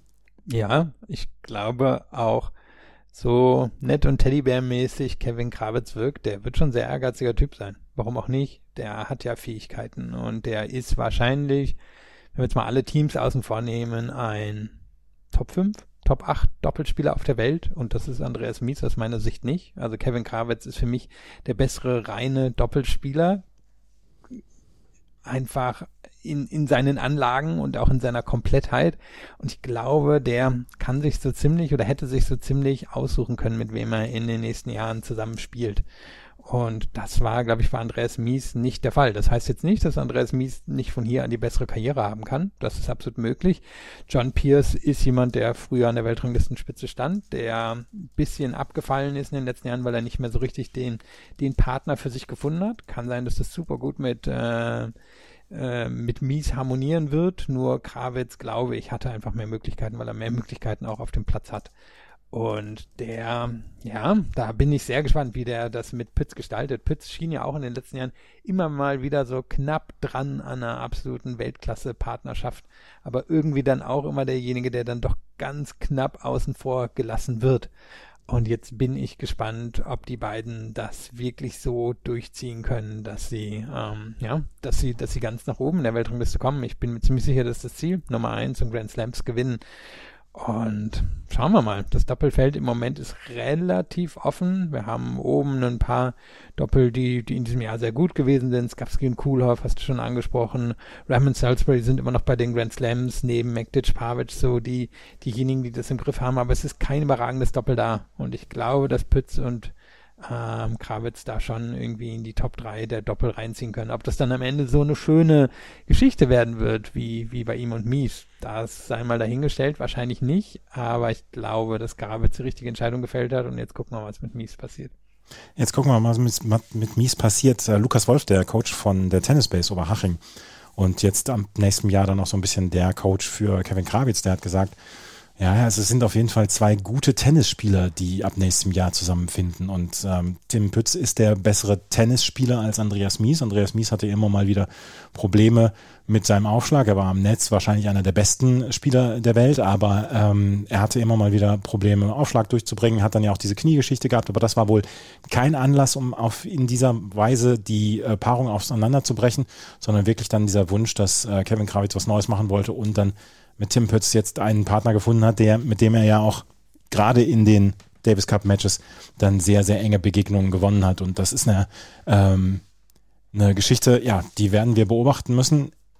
Ja, ich glaube auch, so nett und Teddybär-mäßig Kevin Krawitz wirkt, der wird schon ein sehr ehrgeiziger Typ sein. Warum auch nicht? Der hat ja Fähigkeiten und der ist wahrscheinlich, wenn wir jetzt mal alle Teams außen vor nehmen, ein Top 5, Top 8 Doppelspieler auf der Welt und das ist Andreas Mies aus meiner Sicht nicht. Also Kevin Krawitz ist für mich der bessere reine Doppelspieler, einfach in seinen Anlagen und auch in seiner Komplettheit. Und ich glaube, der kann sich so ziemlich oder hätte sich so ziemlich aussuchen können, mit wem er in den nächsten Jahren zusammen spielt. Und das war, glaube ich, bei Andreas Mies nicht der Fall. Das heißt jetzt nicht, dass Andreas Mies nicht von hier an die bessere Karriere haben kann. Das ist absolut möglich. John Pierce ist jemand, der früher an der Weltranglistenspitze stand, der ein bisschen abgefallen ist in den letzten Jahren, weil er nicht mehr so richtig den Partner für sich gefunden hat. Kann sein, dass das super gut mit Mies harmonieren wird. Nur Krawitz, glaube ich, hatte einfach mehr Möglichkeiten, weil er mehr Möglichkeiten auch auf dem Platz hat. Und da bin ich sehr gespannt, wie der das mit Pütz gestaltet. Pütz schien ja auch in den letzten Jahren immer mal wieder so knapp dran an einer absoluten Weltklasse-Partnerschaft, aber irgendwie dann auch immer derjenige, der dann doch ganz knapp außen vor gelassen wird. Und jetzt bin ich gespannt, ob die beiden das wirklich so durchziehen können, dass sie ganz nach oben in der Weltrangliste kommen. Ich bin mir ziemlich sicher, dass das Ziel Nummer 1 und Grand Slams gewinnen. Und schauen wir mal, das Doppelfeld im Moment ist relativ offen. Wir haben oben ein paar Doppel, die in diesem Jahr sehr gut gewesen sind. Skapski und Koolhof hast du schon angesprochen. Ram und Salisbury sind immer noch bei den Grand Slams, neben Mektic, Pavic, so diejenigen, die das im Griff haben. Aber es ist kein überragendes Doppel da. Und ich glaube, dass Pütz und Krawitz da schon irgendwie in die Top 3 der Doppel reinziehen können. Ob das dann am Ende so eine schöne Geschichte werden wird, wie bei ihm und Mies, das sei mal dahingestellt, wahrscheinlich nicht, aber ich glaube, dass Krawitz die richtige Entscheidung gefällt hat und jetzt gucken wir mal, was mit Mies passiert. Jetzt gucken wir mal, was mit Mies passiert. Lukas Wolf, der Coach von der Tennisbase Oberhaching und jetzt am nächsten Jahr dann noch so ein bisschen der Coach für Kevin Krawitz, der hat gesagt, ja, also es sind auf jeden Fall 2 gute Tennisspieler, die ab nächstem Jahr zusammenfinden. Und Tim Pütz ist der bessere Tennisspieler als Andreas Mies. Andreas Mies hatte immer mal wieder Probleme mit seinem Aufschlag. Er war am Netz wahrscheinlich einer der besten Spieler der Welt, aber er hatte immer mal wieder Probleme, Aufschlag durchzubringen, hat dann ja auch diese Kniegeschichte gehabt, aber das war wohl kein Anlass, um in dieser Weise die Paarung auseinanderzubrechen, sondern wirklich dann dieser Wunsch, dass Kevin Krawitz was Neues machen wollte und dann mit Tim Pütz jetzt einen Partner gefunden hat, mit dem er ja auch gerade in den Davis Cup Matches dann sehr, sehr enge Begegnungen gewonnen hat. Und das ist eine Geschichte, ja, die werden wir beobachten müssen.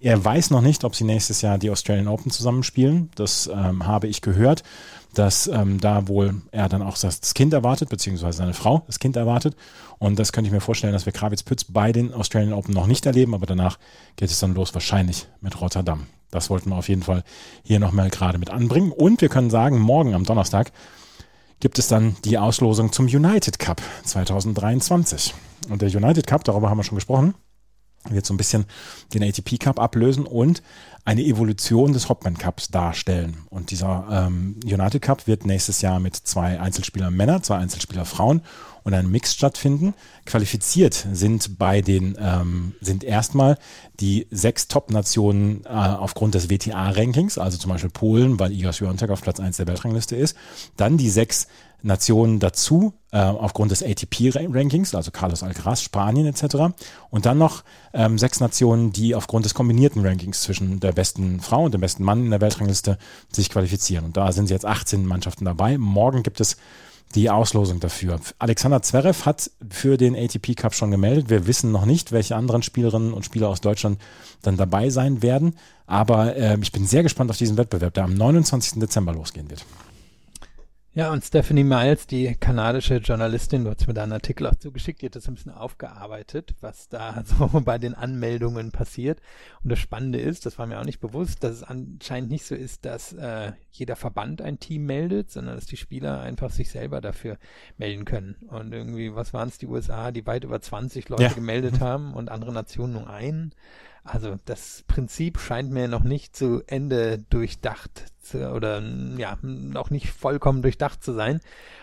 Er weiß noch nicht, ob sie nächstes Jahr die Australian Open zusammenspielen. Das habe ich gehört, dass da wohl er dann auch das Kind erwartet, beziehungsweise seine Frau das Kind erwartet. Und das könnte ich mir vorstellen, dass wir Krawietz-Pütz bei den Australian Open noch nicht erleben, aber danach geht es dann los wahrscheinlich mit Rotterdam. Das wollten wir auf jeden Fall hier nochmal gerade mit anbringen. Und wir können sagen, morgen am Donnerstag gibt es dann die Auslosung zum United Cup 2023. Und der United Cup, darüber haben wir schon gesprochen, wird so ein bisschen den ATP Cup ablösen und eine Evolution des Hopman Cups darstellen. Und dieser United Cup wird nächstes Jahr mit 2 Einzelspielern Männer, 2 Einzelspieler Frauen und einem Mix stattfinden. Qualifiziert sind sind erstmal die 6 Top-Nationen aufgrund des WTA-Rankings, also zum Beispiel Polen, weil Iga Świątek auf Platz 1 der Weltrangliste ist. Dann die 6 Nationen dazu, aufgrund des ATP-Rankings, also Carlos Alcaraz, Spanien etc. Und dann noch 6 Nationen, die aufgrund des kombinierten Rankings zwischen der besten Frau und dem besten Mann in der Weltrangliste sich qualifizieren. Und da sind jetzt 18 Mannschaften dabei. Morgen gibt es die Auslosung dafür. Alexander Zverev hat für den ATP Cup schon gemeldet. Wir wissen noch nicht, welche anderen Spielerinnen und Spieler aus Deutschland dann dabei sein werden. Aber ich bin sehr gespannt auf diesen Wettbewerb, der am 29. Dezember losgehen wird. Ja, und Stephanie Miles, die kanadische Journalistin, du hast mir da einen Artikel auch zugeschickt, die hat das ein bisschen aufgearbeitet, was da so bei den Anmeldungen passiert. Und das Spannende ist, das war mir auch nicht bewusst, dass es anscheinend nicht so ist, dass jeder Verband ein Team meldet, sondern dass die Spieler einfach sich selber dafür melden können. Und irgendwie, was waren es, die USA, die weit über 20 Leute gemeldet haben und andere Nationen nur einen. Also das Prinzip scheint mir noch nicht zu Ende durchdacht oder ja, noch nicht vollkommen durchdacht zu sein.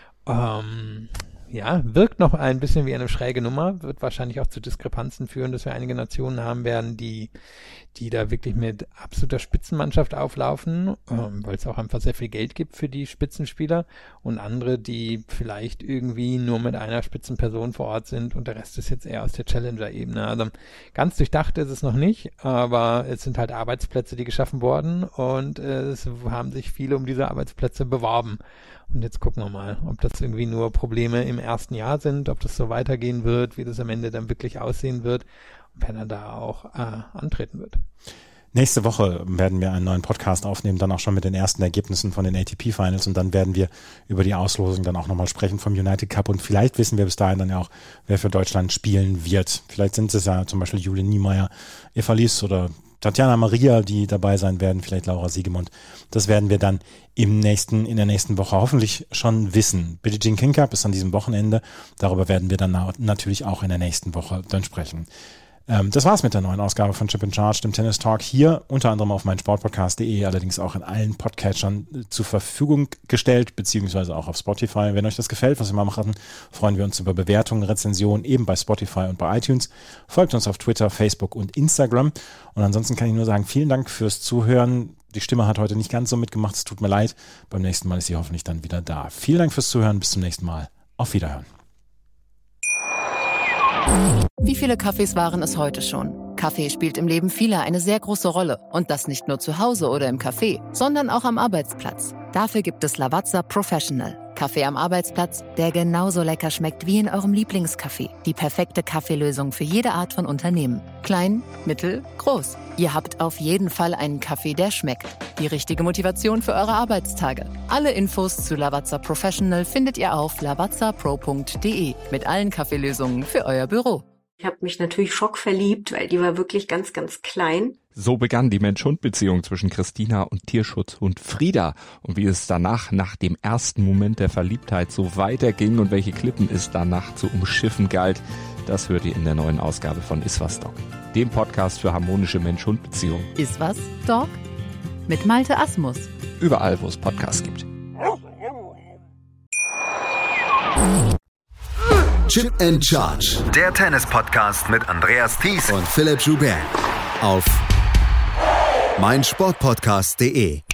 Ja, wirkt noch ein bisschen wie eine schräge Nummer, wird wahrscheinlich auch zu Diskrepanzen führen, dass wir einige Nationen haben werden, die da wirklich mit absoluter Spitzenmannschaft auflaufen, weil es auch einfach sehr viel Geld gibt für die Spitzenspieler und andere, die vielleicht irgendwie nur mit einer Spitzenperson vor Ort sind und der Rest ist jetzt eher aus der Challenger-Ebene. Also ganz durchdacht ist es noch nicht, aber es sind halt Arbeitsplätze, die geschaffen wurden und es haben sich viele um diese Arbeitsplätze beworben. Und jetzt gucken wir mal, ob das irgendwie nur Probleme im ersten Jahr sind, ob das so weitergehen wird, wie das am Ende dann wirklich aussehen wird und wer dann da auch antreten wird. Nächste Woche werden wir einen neuen Podcast aufnehmen, dann auch schon mit den ersten Ergebnissen von den ATP-Finals und dann werden wir über die Auslosung dann auch nochmal sprechen vom United Cup und vielleicht wissen wir bis dahin dann ja auch, wer für Deutschland spielen wird. Vielleicht sind es ja zum Beispiel Jule Niemeyer, Eva Lies oder Tatjana Maria, die dabei sein werden, vielleicht Laura Siegemund. Das werden wir dann in der nächsten Woche hoffentlich schon wissen. Billie Jean King Cup ist an diesem Wochenende. Darüber werden wir dann natürlich auch in der nächsten Woche dann sprechen. Das war's mit der neuen Ausgabe von Chip in Charge, dem Tennis Talk, hier unter anderem auf meinsportpodcast.de, allerdings auch in allen Podcatchern zur Verfügung gestellt, beziehungsweise auch auf Spotify. Wenn euch das gefällt, was wir mal machen, freuen wir uns über Bewertungen, Rezensionen, eben bei Spotify und bei iTunes. Folgt uns auf Twitter, Facebook und Instagram. Und ansonsten kann ich nur sagen, vielen Dank fürs Zuhören. Die Stimme hat heute nicht ganz so mitgemacht, es tut mir leid. Beim nächsten Mal ist sie hoffentlich dann wieder da. Vielen Dank fürs Zuhören, bis zum nächsten Mal. Auf Wiederhören. Wie viele Kaffees waren es heute schon? Kaffee spielt im Leben vieler eine sehr große Rolle. Und das nicht nur zu Hause oder im Café, sondern auch am Arbeitsplatz. Dafür gibt es Lavazza Professional. Kaffee am Arbeitsplatz, der genauso lecker schmeckt wie in eurem Lieblingscafé. Die perfekte Kaffeelösung für jede Art von Unternehmen. Klein, mittel, groß. Ihr habt auf jeden Fall einen Kaffee, der schmeckt. Die richtige Motivation für eure Arbeitstage. Alle Infos zu Lavazza Professional findet ihr auf lavazzapro.de mit allen Kaffeelösungen für euer Büro. Ich habe mich natürlich schockverliebt, weil die war wirklich ganz, ganz klein. So begann die Mensch-Hund-Beziehung zwischen Christina und Tierschutzhund Frieda. Und wie es danach, nach dem ersten Moment der Verliebtheit, so weiterging und welche Klippen es danach zu umschiffen galt, das hört ihr in der neuen Ausgabe von Iswas Dog, dem Podcast für harmonische Mensch-Hund-Beziehungen. Iswas Dog? Mit Malte Asmus. Überall, wo es Podcasts gibt. Chip and Charge. Der Tennis-Podcast mit Andreas Thies und Philipp Joubert auf meinsportpodcast.de.